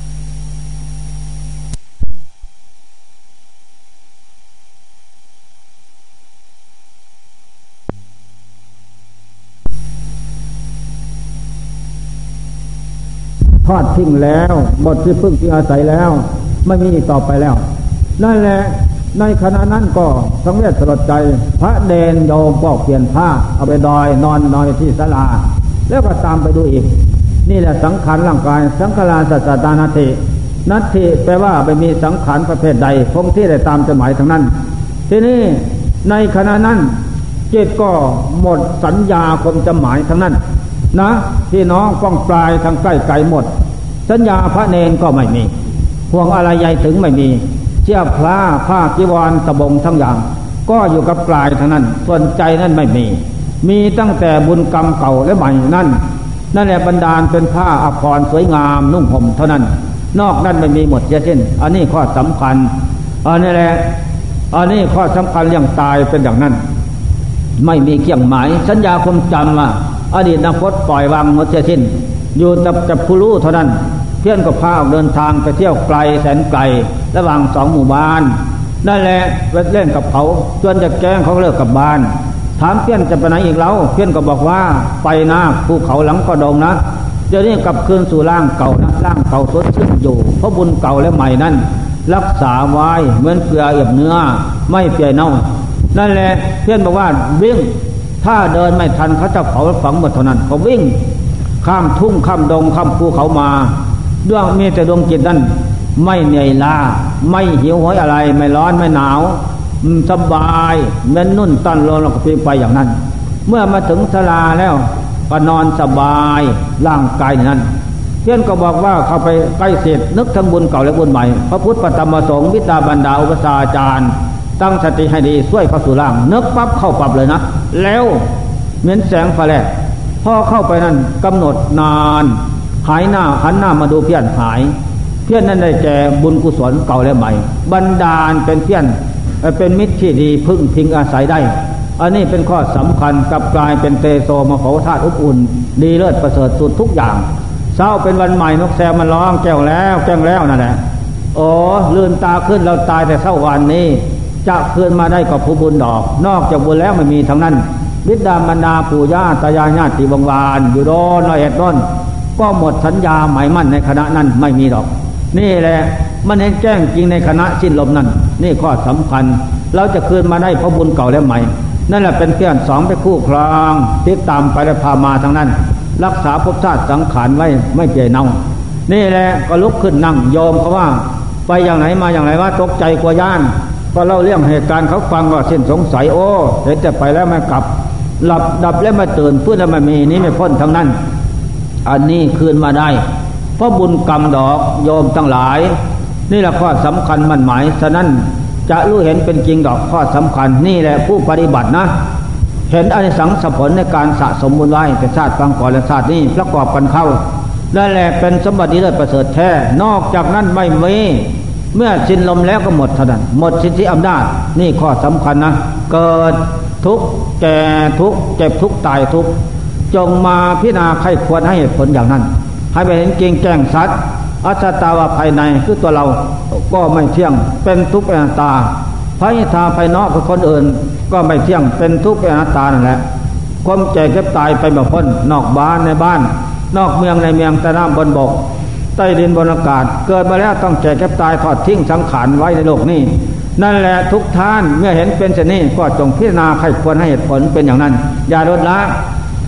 ทอดทิ้งแล้วหมดที่พึ่งที่อาศัยแล้วไม่มีอีกต่อไปแล้วนั่นแหละในขณะนั้นก็สังเวชสลดใจพระเดนโยมก็เปลี่ยนผ้าเอาไปดอยนอนนอนที่ศาลาแล้วก็ตามไปดูอีกนี่แหละสังขารร่างกายสังขารสัจจตานาตินัตถิแปลว่าไปมีสังขารประเภทใดคงที่ได้ตามจะหมายทั้งนั้นทีนี้ในขณะนั้นจิตก็หมดสัญญาคมจะหมายทั้งนั้นนะพี่น้องก้องปลายทางใกล้ไกลหมดสัญญาพระเนนก็ไม่มีห่วงอะไรใหญ่ถึงไม่มีเสื้อผ้าผ้าจีวรสบงทั้งอย่างก็อยู่กับปลายทั้งนั้นส่วนใจนั้นไม่มีมีตั้งแต่บุญกรรมเก่าและใหม่นั่นนั่นแหละบรรดาลเป็นผ้าอภรณ์สวยงามนุ่งห่มเท่านั้นนอกนั้นไม่มีหมดเสียสิ้นอันนี้ข้อสำคัญอันนี้แหละอันนี้ข้อสำคัญเรื่องตายเป็นอย่างนั้นไม่มีเครื่องหมายสัญญาความจำว่าอดีตอนาคตปล่อยวางหมดเสียสิ้นอยู่กับจับผู้รู้เท่านั้นเพื่อนก็พาออกเดินทางไปเที่ยวไกลแสนไกลระหว่างสองหมู่บ้านนั่นแหละไปเล่นกับเขาจนจะแกล้งเขาเลิกกับบ้านถามเพื่อนจะไปไหนอีกแล้วเพื่อนก็บอกว่าไปนะภูเขาหลังกระดงนะเดี๋ยวนี้กลับคืนสู่ร่างเก่านะร่างเก่าสดชื่นอยู่เพราะบุญเก่าและใหม่นั้นรักษาไว้เหมือนเกลือเอียบเนื้อไม่เปื่อยเน่านั่นแหละเพื่อนบอกว่าวิ่งถ้าเดินไม่ทันเขาจะเผาฝังหมดเท่านั้นเขาวิ่งข้ามทุ่งข้ามดงข้ามภูเขามาดวงมีแต่ดวงจิตนั้นไม่เหนื่อยล้าไม่หิวโหยอะไรไม่ร้อนไม่หนาวสบายเหมือนนุ่นต้นลมแล้วก็ไปอย่างนั้นเมื่อมาถึงศาลาแล้วก็นอนสบายร่างกายนั้นเพื่อนก็บอกว่าเข้าไปใกล้เสร็จนึกทั้งบุญเก่าและบุญใหม่พระพุทธพระธรรมพระสงฆ์วิตาบรรดาอุปสาจารย์ตั้งสติให้ดีช่วยเข้าสู่ร่างนึกปั๊บเข้าปั๊บเลยนะแล้วเหมือนแสงไฟแลบพอเข้าไปนั้นกำหนดนานหายหน้าหันหน้ามาดูเพื่อนหายเพื่อนนั้นได้แก่บุญกุศลเก่าและใหม่บันดาลเป็นเพื่อนเป็นมิตรที่ดีพึ่งพิงอาศัยได้อันนี้เป็นข้อสำคัญกับกลายเป็นเตโสมโหธาตุอบอุ่นดีเลิศประเสริฐสุดทุกอย่างเช้าเป็นวันใหม่นกแซวมันร้องแก้วแล้วแก้วแล้วนั่นแหละโอ้ลืมตาขึ้นเราตายแต่เช้าวันนี้จะคืนมาได้กับผู้บุญดอกนอกจากบุญแล้วไม่มีทั้งนั้นบิดามารดาปู่ย่าตายายญาติวงวานอยู่โดนละเอียดต้นก็หมดสัญญาหมายมั่นในคณะนั้นไม่มีดอกนี่แหละมันเห็นแจ้งจริงในคณะสิ้นลมนั้นนี่ข้อสำคัญเราจะคืนมาได้เพราะบุญเก่าและใหม่นั่นแหละเป็นเพื่อนสองไปคู่ครองติดตามไปและพามาทางนั้นรักษาภพชาติสังขารไว้ไม่เปลี่ยนเน่านี่แหละก็ลุกขึ้นนั่งโยมเขาว่าไปอย่างไหนมาอย่างไรว่าตกใจกลัวย่านก็เล่าเรื่องเหตุการณ์เขาฟังก็สิ้นสงสัยโอ้เห็นแต่ไปแล้วไม่กลับหลับดับแล้วมาตื่นเพื่อแล้วไม่มีนี้ไม่พ้นทั้งนั้นอันนี้คืนมาได้เพราะบุญกรรมดอกโยมทั้งหลายนี่แหละข้อสำคัญมั่นหมายฉะนั้นจะรู้เห็นเป็นจริงดอกข้อสำคัญนี่แหละผู้ปฏิบัตินะเห็นอานิสงส์ผลในการสะสมบุญไว้แต่ชาติฟังก่อนและชาตินี้ประกอบกันเข้านั่นแหละเป็นสมบัติเลิศประเสริฐแท้นอกจากนั้นไม่มีเมื่อสิ้นลมแล้วก็หมดเท่านั้นหมดสิทธิอำนาจนี่ข้อสำคัญนะเกิดทุกข์แก่ทุกข์เจ็บทุกข์ตายทุกข์จงมาพิจารณาไข้ควรให้เหตุผลอย่างนั้นให้ไปเห็นเก่งแจ้งชัดอัตตาวาภายในคือตัวเราก็ไม่เที่ยงเป็นทุกข์เป็นอนัตตาภายในภายนอกคือคนอื่นก็ไม่เที่ยงเป็นทุกข์เป็นอนัตตานั่นแหละความแก่เก็บตายไปแบบพ้นนอกบ้านในบ้านนอกเมืองในเมืองใต้น้ำบนบกใต้ดินบนอากาศเกิดมาแล้วต้องแก่เก็บตายทอดทิ้งสังขารไว้ในโลกนี้นั่นแหละทุกท่านเมื่อเห็นเป็นเช่นนี้ก็จงพิจารณาไข้ควรให้เหตุผลเป็นอย่างนั้นอย่าลดละ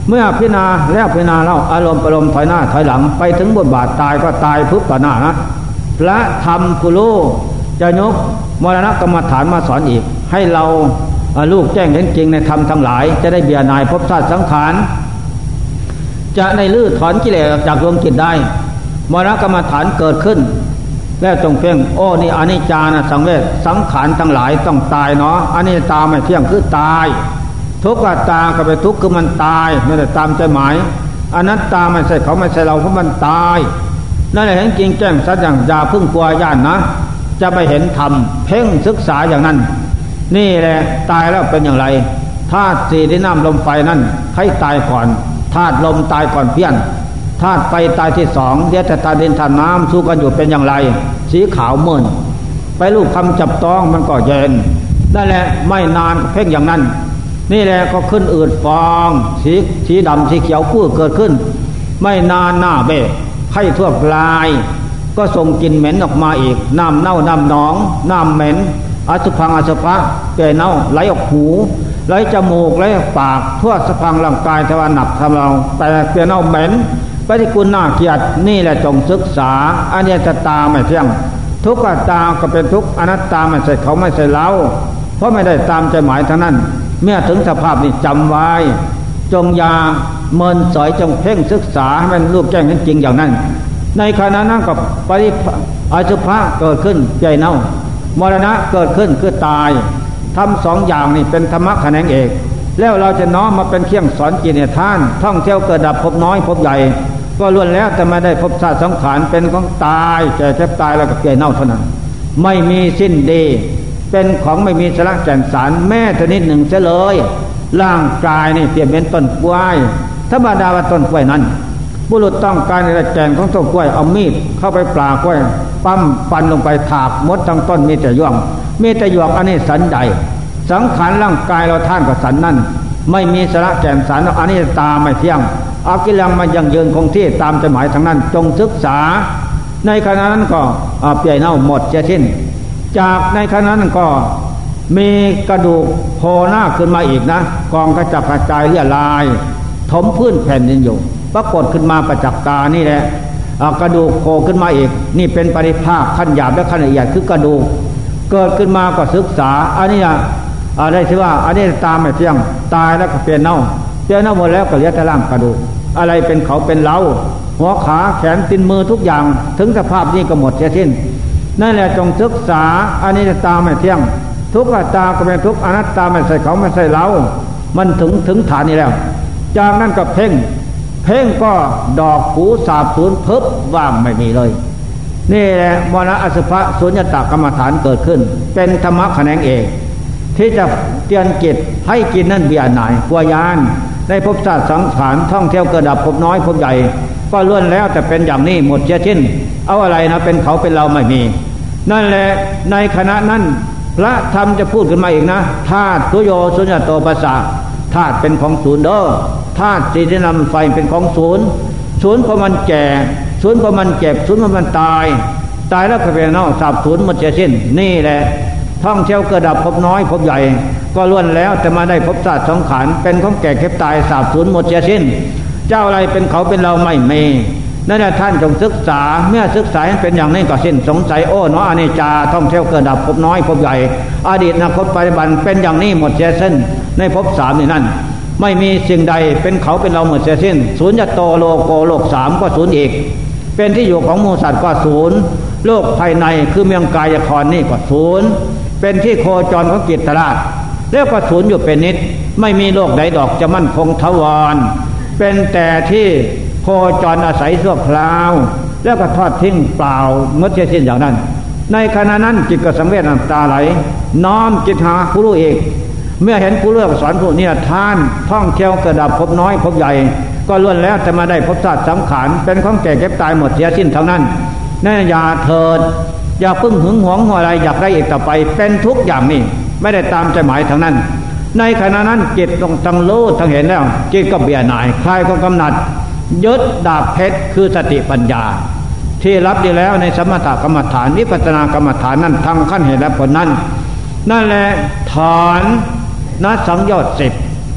เมื่อพิจารณาแล้วพิจารณาเล่าอารมณ์อารมณ์ถอยหน้าถอยหลังไปถึงบทบาทตายก็ตายทุกต่อหน้านะพระธรรมกุโลจะยกมรณะกรรมฐานมาสอนอีกให้เราลูกแจ้งเห็นจริงในธรรมทั้งหลายจะได้เบียร์นายภพชาติสังขารจะในลื้อถอนกิเลสจากดวงจิตได้มรณะกรรมฐานเกิดขึ้นแล้วจงเพ่งโอ้นี่อนิจจานะสังเวชสังขารทั้งหลายต้องตายเนาะอนิจจาไม่เที่ยงคือตายทุกขตาก็ไปทุกข์คือมันตายไม่ได้ตามใจหมายอนัตตาไม่ใช่เขาไม่ใช่เราเพราะมันตายนั่นแหละเห็นจริงแจ้งสัจอย่างอย่าพึ่งกลัวย่านนะจะไปเห็นธรรมเพ่งศึกษาอย่างนั้นนี่แหละตายแล้วเป็นอย่างไรธาตุสี่ที่น้ำลมไฟนั่นใครตายก่อนธาตุลมตายก่อนเพี้ยนธาตุไฟตายที่สองเดี๋ยวแต่ธาตุดินธาตุน้ำสู้กันอยู่เป็นอย่างไรสีขาวมื่นไปลูกคำจับต้องมันก็เย็นนั่นแหละไม่นานเพ่งอย่างนั้นนี่แหละก็ขึ้นอืดฟองสีสีดำสีเขียวคู่เกิดขึ้นไม่นานหน้าเบะไข้ทั่วปลายก็ส่งกลิ่นเหม็นออกมาอีกน้ำเน่าน้ำหนองน้ำเหม็นอสุภังอสุภะเปรย์เน่าไหลออกหูไหลจมูกไหลปากทั่วสะพังร่างกายทวารหนักทำเราแต่เปรย์เน่าเหม็นปฏิกูลน่าเกลียดนี่แหละจงศึกษาอนิจจตาไม่เที่ยงทุกขตาก็เป็นทุกข์อนัตตาไม่ใช่เขาไม่ใช่เราเพราะไม่ได้ตามใจหมายทั้งนั้นเมื่อถึงสภาพนี้จำไว้จงอย่าเมินสอยจงเพ่งศึกษาให้มันรูปแจ้งจริงอย่างนั้นในขณะนั้นกับปริอสุภะเกิดขึ้นใจเน่ามรณะเกิดขึ้นคือตายทำสองอย่างนี้เป็นธรรมะแขนงเอกแล้วเราจะน้อมมาเป็นเครื่องสอนจิตในท่านท่องเที่ยวเกิดดับพบน้อยพบใหญ่ก็ล้วนแล้วแต่ไม่ได้พบชาติสังขารเป็นของตายแก่แทบตายแล้วก็ใจเน่าเท่านั้นไม่มีสิ้นดีเป็นของไม่มีสาระแก่นสารแม้แต่นิดหนึ่งเสียเลยร่างกายนี่เปรียบเป็นต้นกล้วยธรรมดาว่าต้นกล้วยนั้นบุรุษต้องการในแก่นของต้นกล้วยเอามีดเข้าไปปลากล้วยปั้มฟันลงไปถากมดทั้งต้นมีแต่ย่วงมีแต่หยวกอันนี้สันใดสังขารร่างกายเราท่านกับสันนั่นไม่มีสาระแก่นสารอันนี้ตาไม่เที่ยงอากิลังมันยังยืนคงที่ตามใจหมายทั้งนั้นจงศึกษาในขณะนั้นก็เปียเน่าหมดเสียสิ้นจากในขณะนั้นก็มีกระดูกโผล่หน้าขึ้นมาอีกนะกองกระจับกระจายเลี่ยลายถมพื้นแผ่นดินอยู่ปรากฏขึ้นมาประจักษ์ตานี่แหละกระดูกโผล่ขึ้นมาอีกนี่เป็นปริภาคขั้นหยาบและขั้นละเอียดคือกระดูกเกิดขึ้นมาก็ศึกษาอันนี้อะไรที่ว่าอันนี้ตาไม่เที่ยงตายแล้วก็เปลี่ยนเน่าเปลี่ยนเน่าหมดแล้วก็เหลือแต่ร่างกระดูกอะไรเป็นเขาเป็นเราหัวขาแขนตีนมือทุกอย่างถึงสภาพนี้ก็หมดเสียสิ้นนั่นแหละจงศึกษาอันนี้ตาไม่เที่ยงทุกขตาก็เป็นทุกอนัตตาไม่ใช่เขาไม่ใช่เรามันถึงถึงฐานนี้แล้วจากนั้นก็เพ่งเพ่งก็ดอกหูสาบสูญเพิบว่างไม่มีเลยนี่แหละมรณะอสุภะสุญญตากรรมฐานเกิดขึ้นเป็นธรรมะแขนงเอกที่จะเตือนจิตให้กินนั่นเบียร์หน่ายกลัวยานในภพชาติสังขารท่องเที่ยวเกิดดับภพน้อยภพใหญ่ก็ล้วนแล้วแต่เป็นอย่างนี้หมดเสียสิ้นเอาอะไรนะเป็นเขาเป็นเราไม่มีนั่นแหละในขณะนั้นพระธรรมจะพูดขึ้นมาอีกนะธาตุทุโยสุญญโตปัสสะธาตุเป็นของศูนย์เด้อธาตุสี่ที่นำไฟเป็นของศูนย์ศูนย์เพราะมันแก่ศูนย์เพราะมันเจ็บศูนย์เพราะมันตายตายแล้วก็เป็นเน่าสาบศูนย์หมดเสียสิ้นนี่แหละท่องเที่ยวเกิดดับพบน้อยพบใหญ่ก็ล้วนแล้วแต่มาได้พบชาติสังขารเป็นของแก่เก็บตายสาบสูญหมดเสียสิ้นเจ้าอะไรเป็นเขาเป็นเราไม่มีนั่นแหละท่านจงศึกษาเมื่อศึกษาเป็นอย่างนี้ก็สิ้นสงสัยโอ้เนาะอนิจจาท่องเที่ยวเกิดดับพบน้อยพบใหญ่อดีตอนาคตปัจจุบันเป็นอย่างนี้หมดเสียสิ้นในภพสามนี่นั่นไม่มีสิ่งใดเป็นเขาเป็นเราหมดเสียสิ้นศูนย์โตโลโกโลกสามก็ศูนย์อีกเป็นที่อยู่ของหมู่สัตว์ก็ศูนย์โลกภายในคือเมืองกายครนี่ก็ศูนย์เป็นที่โคจรของกิจตราชแล้วก็ศูนย์อยู่เป็นนิดไม่มีโลกใดดอกจะมั่นคงทวารเป็นแต่ที่โคจรอาศัยชั่วคราวแล้วก็ทอดทิ้งเปล่าเมื่อเช่นอย่างนั้นในขณะนั้นจิตก็สังเวชน้ำตาไหลน้อมจิตหาผู้รู้เอกเมื่อเห็นผู้เลือกสอนผู้เนี่ยท่านท่องเที่ยวเกิดดับพบน้อยพบใหญ่ก็ล้วนแล้วแต่มาได้พบชาติสังขารเป็นของแก่เก็บตายหมดเสียสิ้นเท่านั้นนั่นอย่าเถิดอย่าพึ่งหึงหวงอะไรอยากได้อีกต่อไปเป็นทุกอย่างนี่ไม่ได้ตามใจหมายทั้งนั้นในขณะนั้นจิตต้องทั้งรู้ทั้งเห็นแล้วจิตก็เบียหน่ายคลายความกำหนัดยึดดาบเพชรคือสติปัญญาที่รับดีแล้วในสมถกรรมฐานวิปัสสนากรรมฐานนั้นทั้งขั้นเหตุและผลนั้นนั่นแหละฐานนัสังโยชน์สิบ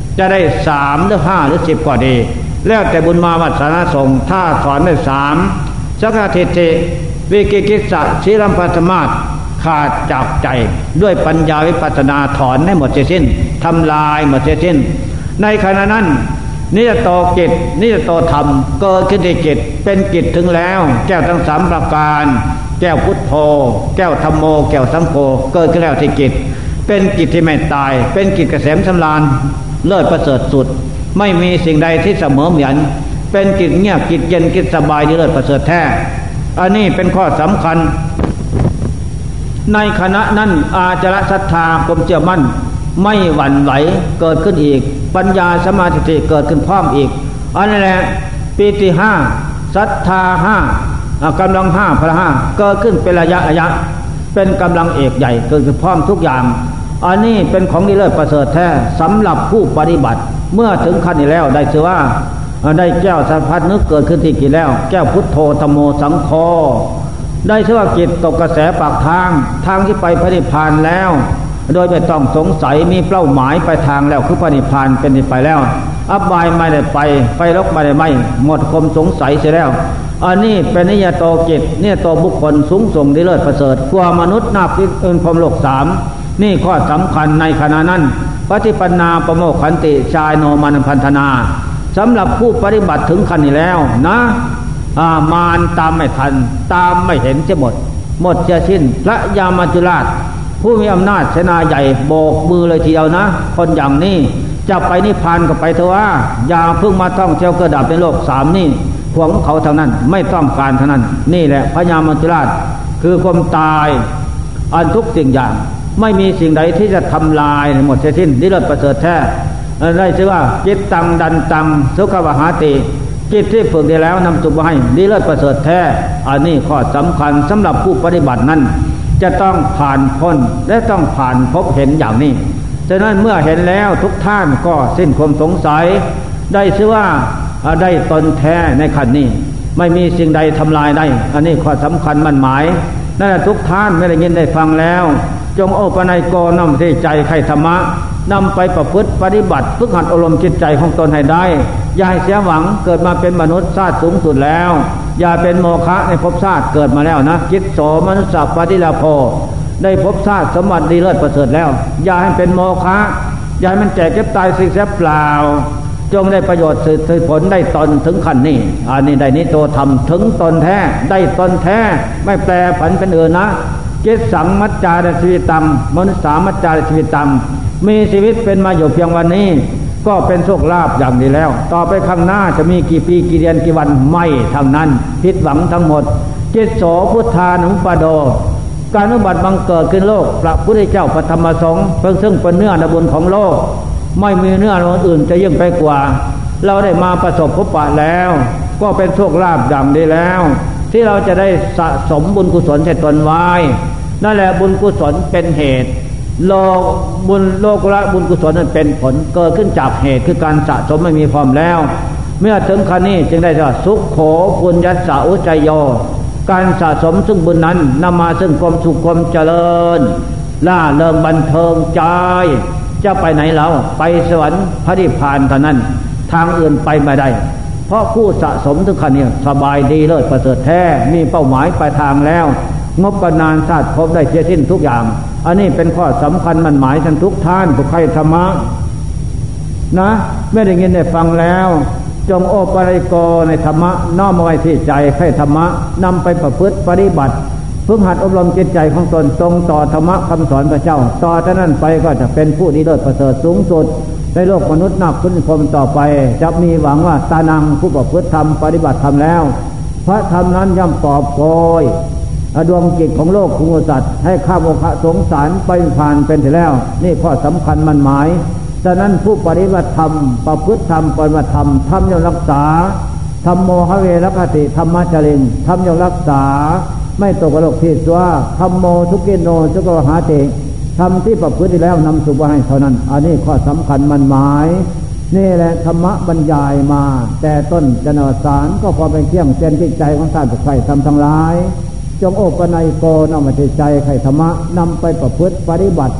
จะได้สามหรือห้าหรือสิบก็ดีแล้วแต่บุญมาวาสนาส่งถ้าสอนได้สามสักทิฏฐิวิกิกิจสะศีลัมปัสมาสขาดจากใจด้วยปัญญาวิปัสสนาถอนให้หมดเสียสิ้นทำลายหมดเสียสิ้นในขณะนั้นนิจโตกิจนิจโตธรรมเกิดขึ้นที่จิตเป็นกิจถึงแล้วแก้วทั้งสามประการแก้วพุทโธแก้วธัมโมแก้วสังโฆเกิดขึ้นแล้วที่จิตเป็นกิจที่ไม่ตายเป็นกิจเกษมสำราญเลิศประเสริฐสุดไม่มีสิ่งใดที่เสมอเหมือนเป็นกิจเงียบกิจเย็นกิจสบายที่เลิศประเสริฐแท้อันนี้เป็นข้อสำคัญในคณะนั้นอาจารศรัทธาความเชื่อมั่นไม่หวั่นไหวเกิดขึ้นอีกปัญญาสมาธิเกิดขึ้นพร้อมอีกอันนี้แหละปีติห้าศรัทธาห้ากำลังห้าพละห้าเกิดขึ้นเป็นระยะระยะเป็นกำลังเอกใหญ่เกิดขึ้นพร้อมทุกอย่างอันนี้เป็นของดีเลิศประเสริฐแท้สำหรับผู้ปฏิบัติเมื่อถึงขั้นนี้แล้วได้ชื่อว่าได้แก้วสัพพัดนึกเกิดขึ้นที่กิจแล้วแก้วพุทโธธัมโมสังโฆได้ชื่อว่าจิตตกกระแสปากทางทางที่ไปพระนิพพานแล้วโดยไม่ต้องสงสัยมีเป้าหมายไปทางแล้วคือพระนิพพานเป็นที่ไปแล้วอบายไม่ได้ไปไฟลกไม่ได้ไหม้หมดความสงสัยเสียแล้วอันนี้เป็นนิยโตจิตเนี่ยโตบุคคลสูงส่งดีเลิศประเสริฐกว่ามนุษย์นับอื่นพรหมโลกสามนี่ข้อสำคัญในขณะนั้นปฏิปันนาประโมคขันติชายโนมานพันธนาสำหรับผู้ปฏิบัติถึงขั้นนี้แล้วนะมารตามไม่ทันตามไม่เห็นจะหมดหมดจะสิ้นพระยามัจจุราชผู้มีอำนาจเสนาใหญ่โบกมือเลยทีเดียวนะคนอย่างนี้จะไปนิพพานก็ไปเถอะว่าอย่าเพิ่งมาท่องเที่ยวกระดับในโลกสามนี่หวงเขาทางนั้นไม่ต้องการทางนั้นนี่แหละพระยามัจจุราชคือความตายอันทุกสิ่งอย่างไม่มีสิ่งใดที่จะทำลายหมดเสียสิ้นนิเลิศประเสริฐแท้ได้ชื่อว่าจิตตังดันตังสุขวหาติจิตที่ฝึกได้แล้วนำสุขมาให้นิเลิศประเสริฐแท้อันนี้ข้อสำคัญสำหรับผู้ปฏิบัตินั้นจะต้องผ่านพ้นและต้องผ่านพบเห็นอย่างนี้ฉะนั้นเมื่อเห็นแล้วทุกท่านก็สิ้นความสงสัยได้ชื่อว่าได้ตนแท้ในขั้นนี้ไม่มีสิ่งใดทำลายได้อันนี้ข้อสำคัญมั่นหมายนั่นแหละทุกท่านไม่ได้ยินได้ฟังแล้วจงโอปนัยโกน้อมที่ใจใครธรรมะนำไปประพฤติปฏิบัติฝึกหัดอารมณ์จิตใจของตนให้ได้อย่าให้เสียหวังเกิดมาเป็นมนุษย์ชาติสูงสุดแล้วอย่าเป็นโมฆะในภพชาติเกิดมาแล้วนะจิตโสมนุสสะปฏิลาโภได้ภพชาติสมบัติดีเลิศประเสริฐแล้วอย่าให้เป็นโมฆะอย่าให้มันแก่เก็บตายสิ่งเสียเปล่าจงได้ประโยชน์สืบผลได้ตนถึงขั้นนี้อันนี้ได้นิโตธรรมถึงตนแท้ได้ตนแท้ไม่แปรผันเป็นอื่นนะจิตสังมัจจารชีวิตังมนุษย์สามัจจารชีวิตังมีชีวิตเป็นมาอยู่เพียงวันนี้ก็เป็นโชคลาภอย่างดีแล้วต่อไปข้างหน้าจะมีกี่ปีกี่เดือนกี่วันไม่ทั้งนั้นผิดหวังทั้งหมดจิตโสพุทธานุปโดการอุบัติบังเกิดขึ้นโลกพระพุทธเจ้าพระธรรมสงฆ์เพิ่งซึ่งเป็นเนื้อนาบุญของโลกไม่มีเนื้ออื่นจะยิ่งไปกว่าเราได้มาประสบพบปะแล้วก็เป็นโชคลาภอย่างดีแล้วที่เราจะได้สะสมบุญกุศลให้ตนไว้นั่นแหละบุญกุศลเป็นเหตุโลกบุญโลกุระบุญกุศลนั้นเป็นผลเกิดขึ้นจากเหตุคือการสะสมไม่มีพร้อมแล้วเมื่อถึงขั้นนี้จึงได้ว่าสุขโขปุญญัสสะอุจจโยการสะสมซึ่งบุญนั้นนำมาซึ่งความสุขความเจริญล่าเริงบันเทิงใจจะไปไหนแล้วไปสวรรค์พระนิพพานเท่านั้นทางอื่นไปไม่ได้เพราะผู้สะสมถึงขั้นนี้สบายดีเลิศประเสริฐแท้มีเป้าหมายปลายทางแล้วงบประมาณชาติพบได้เสียสิ้นทุกอย่างอันนี้เป็นข้อสำคัญมันหมายท่านทุกท่านผู้ใครธรรมะนะไม่ได้ยินได้ฟังแล้วจงโอปะริโกในธรรมะน้อมเอาไว้ที่ใจใครธรรมะนำไปประพฤติปฏิบัติฝึกหัดอบรมจิตใจของตนตรงต่อธรรมะคำสอนพระเจ้าต่อจากนั้นไปก็จะเป็นผู้ดีเลิศประเสริฐสูงสุดในโลกมนุษย์นับขึ้นพรหมต่อไปจะมีหวังว่าตานังผู้ประพฤติธรรมปฏิบัติธรรมแล้วพระธรรมนั้นย่อมปลอบโปรยดวงจิตของโลกของสัตว์ให้ข้ามโมฆะสงสารไปผ่านเป็นถึงแล้วนี่ข้อสำคัญมันหมายฉะนั้นผู้ปฏิบัติธรรมประพฤติธรรมปฏิบัติธรรมทำอย่างรักษาธรรมโมหเวรคติธรรมะจริงทำอย่างรักษาไม่ตกกระโหลกที่ตัวธรรมโมทุกิโนสุขหาติทำที่ประพฤติแล้วนำสุขให้เท่านั้นอันนี้ข้อสำคัญมันหมายนี่แหละธรรมะบรรยายมาแต่ต้นจนอสารก็พอเป็นเครื่องเตือนจิตใจของท่านผู้ใคร่ทำทั้งหลายจงโอปนัยโกนำมาใจใครธรรมะนำไปประพฤติปฏิบัติ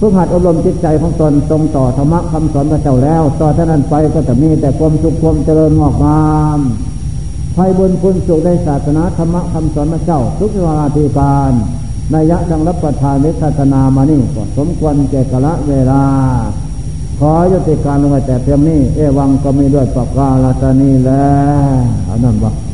ฝึกหัดอบรมจิตใจของตนตรงต่อธรรมะคำสอนพระเจ้าแล้วต่อจากนั้นไปก็จะมีแต่ความสุขความเจริญงอกงามไพบุญคุณสุขในศาสนาธรรมะคำสอนพระเจ้าทุกเวลาที่การนัยยะดังรับประทานวิสัชนามานี่ก็สมควรแก่กาลเวลาขอยุติการลงแต่เพียงนี้เอวังก็มีด้วยประกาศนีแล้วนั่นวะ